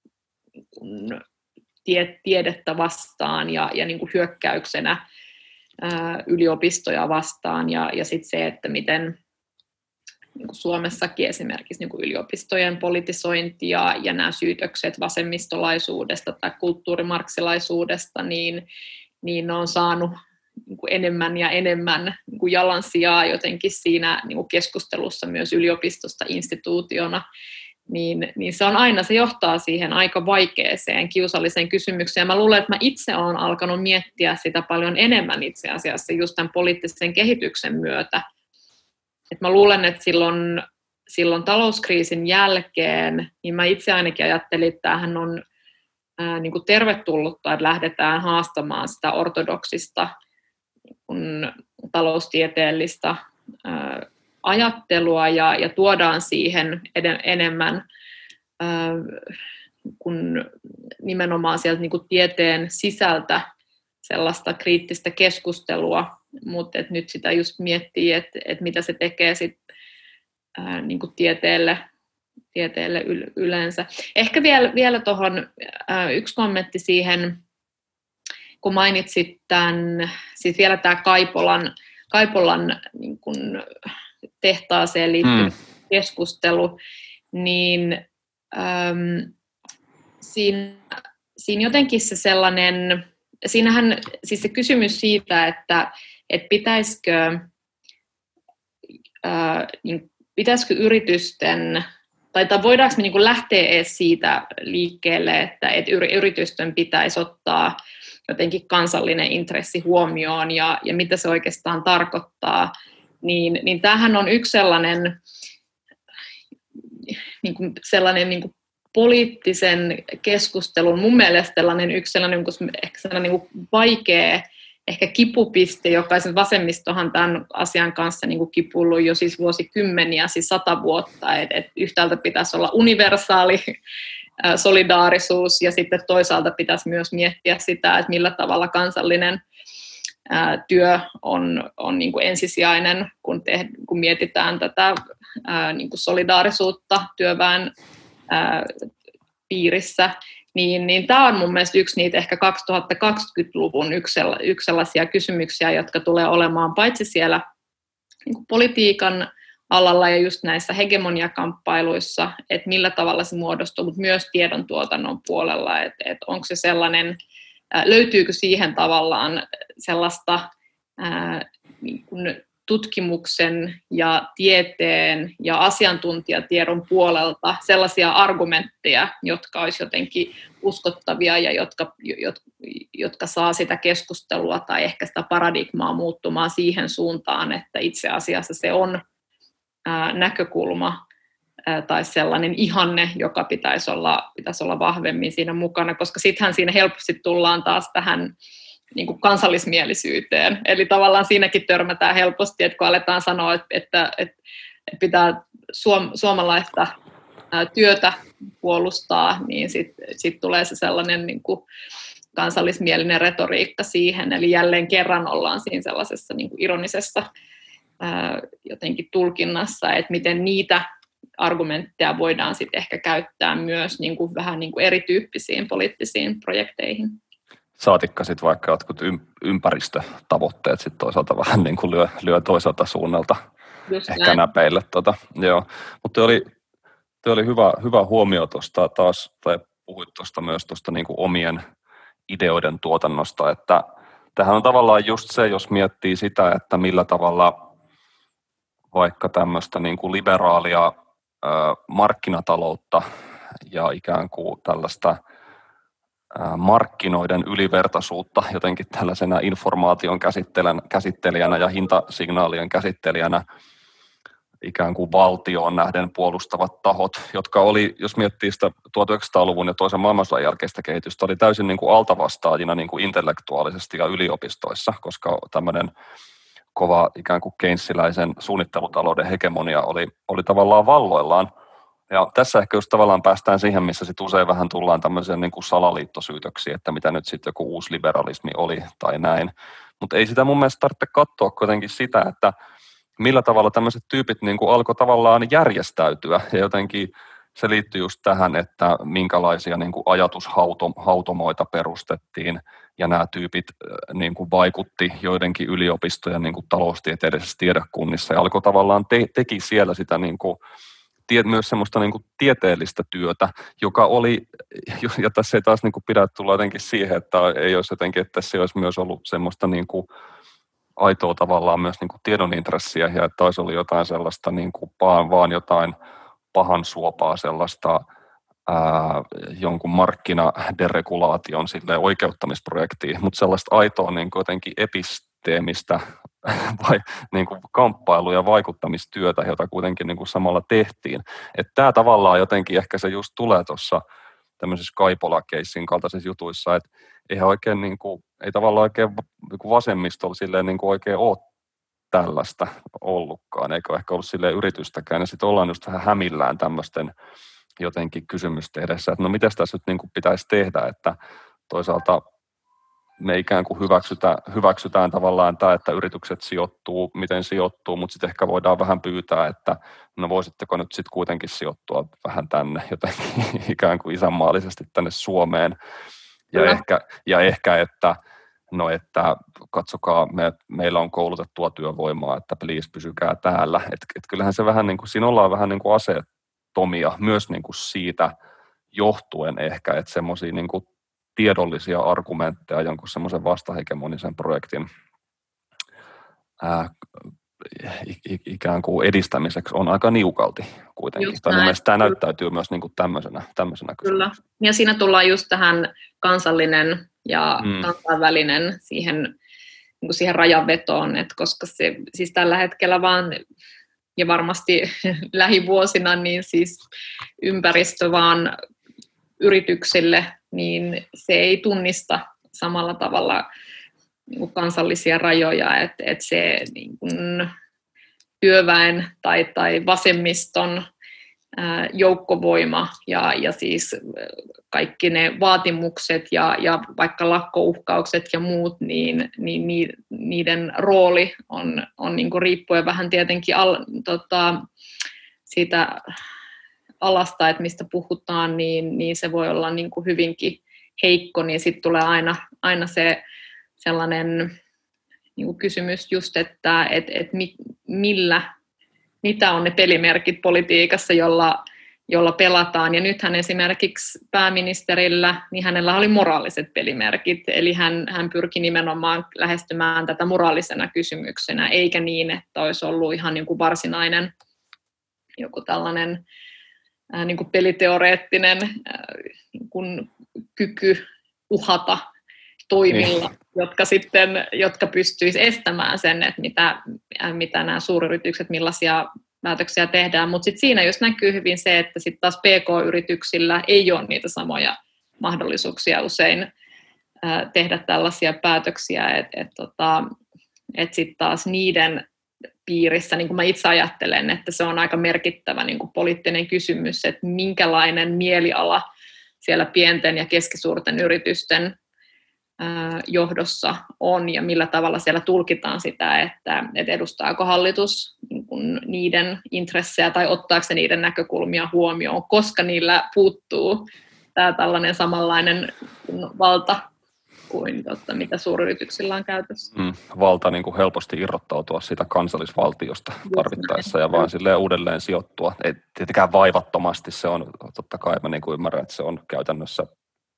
tiedettä vastaan ja hyökkäyksenä yliopistoja vastaan. Ja sitten se, että miten Suomessakin esimerkiksi yliopistojen politisointi ja nämä syytökset vasemmistolaisuudesta tai kulttuurimarksilaisuudesta, niin ne on saanut enemmän ja enemmän jalansijaa jotenkin siinä keskustelussa myös yliopistosta instituutiona, niin se on aina, se johtaa siihen aika vaikeeseen, kiusalliseen kysymykseen. Mä luulen, että mä itse olen alkanut miettiä sitä paljon enemmän itse asiassa just tämän poliittisen kehityksen myötä. Et mä luulen, että silloin talouskriisin jälkeen, niin mä itse ainakin ajattelin, että tämähän on tervetullutta, että lähdetään haastamaan sitä ortodoksista taloustieteellistä ajattelua ja tuodaan siihen enemmän kun nimenomaan sieltä tieteen sisältä sellaista kriittistä keskustelua, mutta nyt sitä just miettii, että mitä se tekee sit, tieteelle yleensä. Ehkä vielä tuohon yksi kommentti siihen, kun mainitsit tämän, siis vielä tämä Kaipolan niin kun tehtaaseen liittyvä keskustelu, niin siinä jotenkin se sellainen, siinähän siis se kysymys siitä, että pitäisikö yritysten, tai voidaanko me lähteä edes siitä liikkeelle, että yritysten pitäisi ottaa jotenkin kansallinen intressi huomioon ja mitä se oikeastaan tarkoittaa, niin tämähän on yksi sellainen poliittisen keskustelun, mun mielestä yksi sellainen vaikea ehkä kipupiste, jokaisen vasemmistohan tämän asian kanssa kipullut jo siis vuosikymmeniä, siis 100 vuotta, että yhtäältä pitäisi olla universaali solidaarisuus ja sitten toisaalta pitäisi myös miettiä sitä, että millä tavalla kansallinen työ on ensisijainen, kun mietitään tätä solidaarisuutta työväen piirissä, niin tämä on mun mielestä yksi niitä ehkä 2020-luvun yksi sellaisia kysymyksiä, jotka tulee olemaan paitsi siellä politiikan alalla ja just näissä hegemoniakamppailuissa, että millä tavalla se muodostuu, mutta myös tiedontuotannon puolella, että onko se sellainen, löytyykö siihen tavallaan sellaista tutkimuksen ja tieteen ja asiantuntijatiedon puolelta sellaisia argumentteja, jotka olisi jotenkin uskottavia ja jotka saa sitä keskustelua tai ehkä sitä paradigmaa muuttumaan siihen suuntaan, että itse asiassa se on näkökulma tai sellainen ihanne, joka pitäisi olla vahvemmin siinä mukana, koska sittenhän siinä helposti tullaan taas tähän kansallismielisyyteen. Eli tavallaan siinäkin törmätään helposti, että kun aletaan sanoa, että pitää suomalaista työtä puolustaa, niin sit tulee se sellainen kansallismielinen retoriikka siihen. Eli jälleen kerran ollaan siinä sellaisessa ironisessa jotenkin tulkinnassa, että miten niitä argumentteja voidaan sitten ehkä käyttää myös vähän erityyppisiin poliittisiin projekteihin. Saatikka sitten vaikka jotkut ympäristötavoitteet sitten toisaalta vähän lyö toiselta suunnalta just ehkä näin näpeille. Joo. Mutta toi oli hyvä huomio tuosta taas, tai puhuit tuosta myös tuosta omien ideoiden tuotannosta, että tämähän on tavallaan just se, jos miettii sitä, että millä tavalla vaikka tämmöistä niin kuin liberaalia markkinataloutta ja ikään kuin tällaista markkinoiden ylivertaisuutta jotenkin tällaisena informaation käsittelijänä ja hintasignaalien käsittelijänä ikään kuin valtioon nähden puolustavat tahot, jotka oli, jos miettii sitä 1900-luvun ja toisen maailmansodan jälkeistä kehitystä, oli täysin niin kuin altavastaajina niin kuin intellektuaalisesti ja yliopistoissa, koska tämmöinen kova ikään kuin keynesiläisen suunnittelutalouden hegemonia oli tavallaan valloillaan. Ja tässä ehkä just tavallaan päästään siihen, missä sit usein vähän tullaan tämmöiseen niin kuin salaliittosyytöksiin, että mitä nyt sitten joku uusi liberalismi oli tai näin. Mutta ei sitä mun mielestä tarvitse katsoa kuitenkin sitä, että millä tavalla tämmöiset tyypit niin kuin alkoi tavallaan järjestäytyä. Ja jotenkin se liittyy just tähän, että minkälaisia niin kuin ajatushautomoita perustettiin. Ja nämä tyypit niin kuin vaikutti joidenkin yliopistojen niin kuin taloustieteellisessä tiedekunnissa. Ja alkoi tavallaan teki siellä sitä niin kuin myös semmoista niin kuin tieteellistä työtä, joka oli, ja tässä ei taas niin kuin pidä tulla jotenkin siihen, että ei olisi jotenkin, että tässä olisi myös ollut semmoista niin kuin aitoa tavallaan myös niin kuin tiedon intressiä, ja että olisi ollut jotain sellaista niin kuin vaan jotain pahan suopaa sellaista jonkun markkinaderegulaation oikeuttamisprojektiin, mutta sellaista aitoa niin kuin jotenkin episteemistä vai niin kuin kamppailu- ja vaikuttamistyötä, jota kuitenkin niin kuin samalla tehtiin. Että tämä tavallaan jotenkin ehkä se just tulee tuossa tämmöisissä Kaipola-keissin kaltaisissa jutuissa, että eihän oikein niin kuin, ei tavallaan oikein niin kuin vasemmistolla silleen niin kuin oikein ole tällaista ollutkaan, eikä ehkä ollut silleen yritystäkään, ja sitten ollaan just vähän hämillään tämmöisten jotenkin kysymysten edessä, että no mitä tässä nyt niin kuin pitäisi tehdä, että toisaalta me ikään kuin hyväksytään tavallaan tämä, että yritykset sijoittuu, miten sijoittuu, mutta sitten ehkä voidaan vähän pyytää, että no voisitteko nyt sitten kuitenkin sijoittua vähän tänne jotenkin ikään kuin isänmaallisesti tänne Suomeen. Ja ehkä että no että katsokaa, meillä on koulutettua työvoimaa, että please pysykää täällä. Et kyllähän se vähän niin kuin, siinä ollaan vähän niin kuin aseettomia myös niin kuin siitä johtuen ehkä, että semmoisia niin kuin tiedollisia argumentteja jonkun semmoisen vastahegemonisen projektin ikään kuin edistämiseksi on aika niukalti kuitenkin. Tai mun mielestä tämä näyttäytyy myös niin kuin tämmöisenä kysymyksenä. Kyllä. Ja siinä tullaan just tähän kansallinen ja kansainvälinen siihen rajanvetoon, että koska se siis tällä hetkellä vaan, ja varmasti lähivuosina, niin siis ympäristö vaan yrityksille, niin se ei tunnista samalla tavalla niin kuin kansallisia rajoja, että se niin kuin työväen tai vasemmiston joukkovoima ja siis kaikki ne vaatimukset ja vaikka lakkouhkaukset ja muut, niin niiden rooli on niin kuin riippuen vähän tietenkin siitä alasta, että mistä puhutaan, niin se voi olla niin kuin hyvinkin heikko, niin sitten tulee aina se sellainen niin kuin kysymys just, että mitä on ne pelimerkit politiikassa, jolla pelataan. Ja nythän esimerkiksi pääministerillä, niin hänellä oli moraaliset pelimerkit, eli hän pyrki nimenomaan lähestymään tätä moraalisena kysymyksenä, eikä niin, että olisi ollut ihan niin kuin varsinainen joku tällainen niin kuin peliteoreettinen niin kuin kyky uhata toimilla, jotka pystyisivät estämään sen, että mitä nämä suuryritykset, millaisia päätöksiä tehdään. Mutta sitten siinä just näkyy hyvin se, että sitten taas PK-yrityksillä ei ole niitä samoja mahdollisuuksia usein tehdä tällaisia päätöksiä, että sitten taas niiden piirissä, niin kuin mä itse ajattelen, että se on aika merkittävä niin kuin poliittinen kysymys, että minkälainen mieliala siellä pienten ja keskisuurten yritysten johdossa on ja millä tavalla siellä tulkitaan sitä, että edustaako hallitus niin kuin niiden intressejä tai ottaako se niiden näkökulmia huomioon, koska niillä puuttuu tämä tällainen samanlainen valta kuin mitä suuryrityksillä on käytössä. Valta niin kuin helposti irrottautua siitä kansallisvaltiosta tarvittaessa ja vaan silleen uudelleen sijoittua. Ei tietenkään vaivattomasti, se on totta kai, mä niin kuin ymmärrän, että se on käytännössä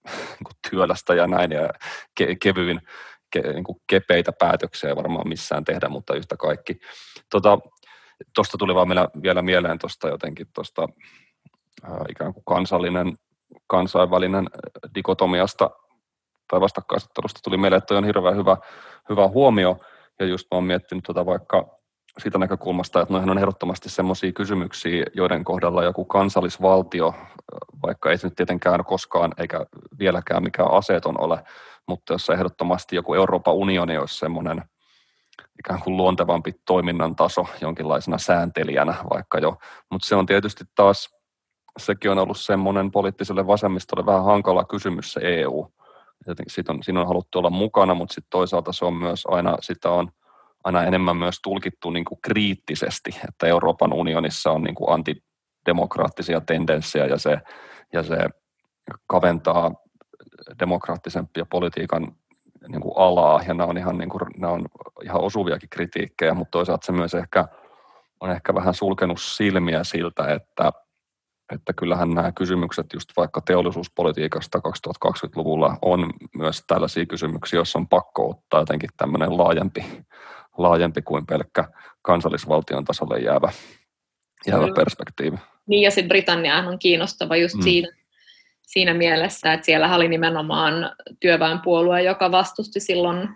työlästä ja näin, ja kevyin niin kuin kepeitä päätöksiä ei varmaan missään tehdä, mutta yhtä kaikki. Tuosta tuli vaan vielä mieleen tuosta jotenkin tuosta ikään kuin kansainvälinen dikotomiasta tai vastakkainasettelusta tuli mieleen, että toi on hirveän hyvä huomio, ja just mä oon miettinyt vaikka siitä näkökulmasta, että noihin on ehdottomasti semmoisia kysymyksiä, joiden kohdalla joku kansallisvaltio, vaikka ei se nyt tietenkään koskaan eikä vieläkään mikään aseeton ole, mutta jossa ehdottomasti joku Euroopan unioni olisi semmoinen ikään kuin luontevampi toiminnan taso jonkinlaisena sääntelijänä vaikka jo, mutta se on tietysti taas, sekin on ollut semmoinen poliittiselle vasemmistolle vähän hankala kysymys se EU. Siinä on haluttu olla mukana, mutta sitten toisaalta se on myös sitä on aina enemmän myös tulkittu niin kuin kriittisesti, että Euroopan unionissa on niin kuin antidemokraattisia tendenssejä ja se kaventaa demokraattisempia politiikan niin kuin alaa, ja nämä on ihan osuviakin kritiikkejä, mutta toisaalta se myös on ehkä vähän sulkenut silmiä siltä, että kyllähän nämä kysymykset just vaikka teollisuuspolitiikasta 2020-luvulla on myös tällaisia kysymyksiä, joissa on pakko ottaa jotenkin tämmöinen laajempi kuin pelkkä kansallisvaltion tasolle jäävä perspektiivi. Niin, ja sitten Britanniahan on kiinnostava just siinä mielessä, että siellä oli nimenomaan työväenpuolue, joka vastusti silloin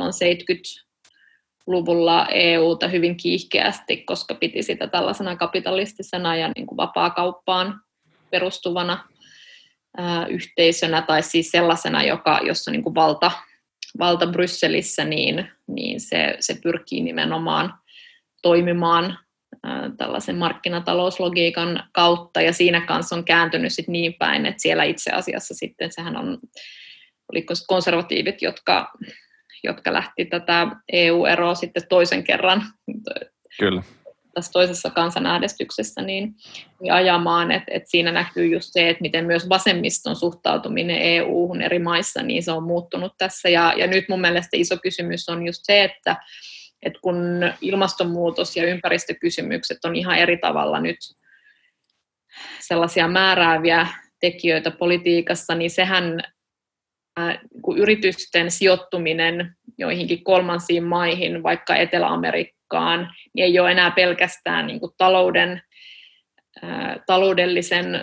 70-luvulla EUta hyvin kiihkeästi, koska piti sitä tällaisena kapitalistisena ja niin kuin vapaakauppaan perustuvana yhteisönä, tai siis sellaisena, jossa niin kuin valta Brysselissä, niin se pyrkii nimenomaan toimimaan tällaisen markkinatalouslogiikan kautta, ja siinä kanssa on kääntynyt sit niin päin, että siellä itse asiassa sitten sehän oliko konservatiivit, jotka lähti tätä EU-eroa sitten toisen kerran Kyllä. tässä toisessa kansanäänestyksessä niin ajamaan, että siinä näkyy just se, että miten myös vasemmiston suhtautuminen EU-hun eri maissa, niin se on muuttunut tässä, ja nyt mun mielestä iso kysymys on just se, että kun ilmastonmuutos ja ympäristökysymykset on ihan eri tavalla nyt sellaisia määrääviä tekijöitä politiikassa, niin sehän kun yritysten sijoittuminen joihinkin kolmansiin maihin, vaikka Etelä-Amerikkaan, niin ei ole enää pelkästään niin kuin taloudellisen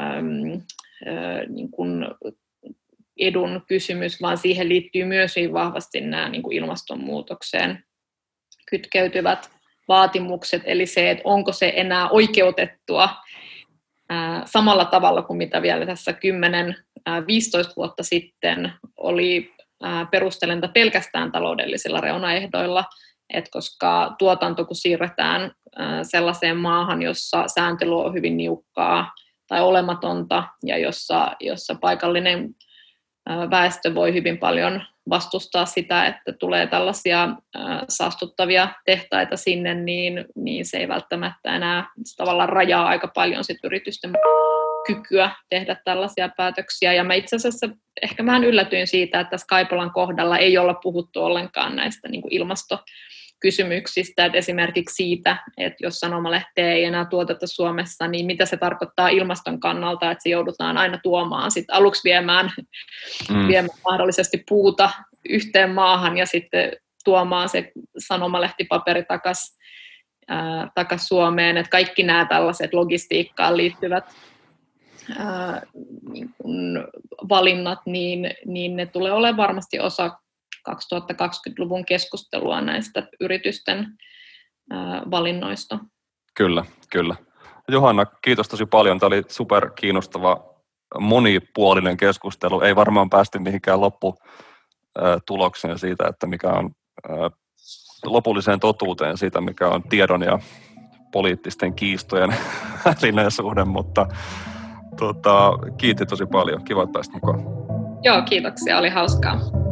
niin kuin edun kysymys, vaan siihen liittyy myös hyvin vahvasti nämä niin kuin ilmastonmuutokseen kytkeytyvät vaatimukset, eli se, että onko se enää oikeutettua samalla tavalla kuin mitä vielä tässä 10-15 vuotta sitten oli perustelenta pelkästään taloudellisilla reunaehdoilla, että koska tuotanto kun siirretään sellaiseen maahan, jossa sääntely on hyvin niukkaa tai olematonta ja jossa paikallinen väestö voi hyvin paljon vastustaa sitä, että tulee tällaisia saastuttavia tehtaita sinne, niin se ei välttämättä enää tavallaan rajaa aika paljon sit yritysten kykyä tehdä tällaisia päätöksiä. Ja mä itse asiassa ehkä vähän yllätyin siitä, että Skaipolan kohdalla ei olla puhuttu ollenkaan näistä niin kuin ilmastokysymyksistä, että esimerkiksi siitä, että jos sanomalehteä ei enää tuoteta Suomessa, niin mitä se tarkoittaa ilmaston kannalta, että se joudutaan aina tuomaan, sitten aluksi viemään mahdollisesti puuta yhteen maahan ja sitten tuomaan se sanomalehtipaperi takaisin Suomeen, että kaikki nämä tällaiset logistiikkaan liittyvät niin kuin valinnat, niin ne tulee olemaan varmasti osa 2020-luvun keskustelua näistä yritysten valinnoista. Kyllä. Johanna, kiitos tosi paljon. Tämä oli super kiinnostava monipuolinen keskustelu. Ei varmaan päästy mihinkään lopputulokseen siitä, että mikä on lopulliseen totuuteen siitä, mikä on tiedon ja poliittisten kiistojen välinen suhde, mutta kiitti tosi paljon. Kiva, että pääsit mukaan. Joo, kiitoksia. Oli hauskaa.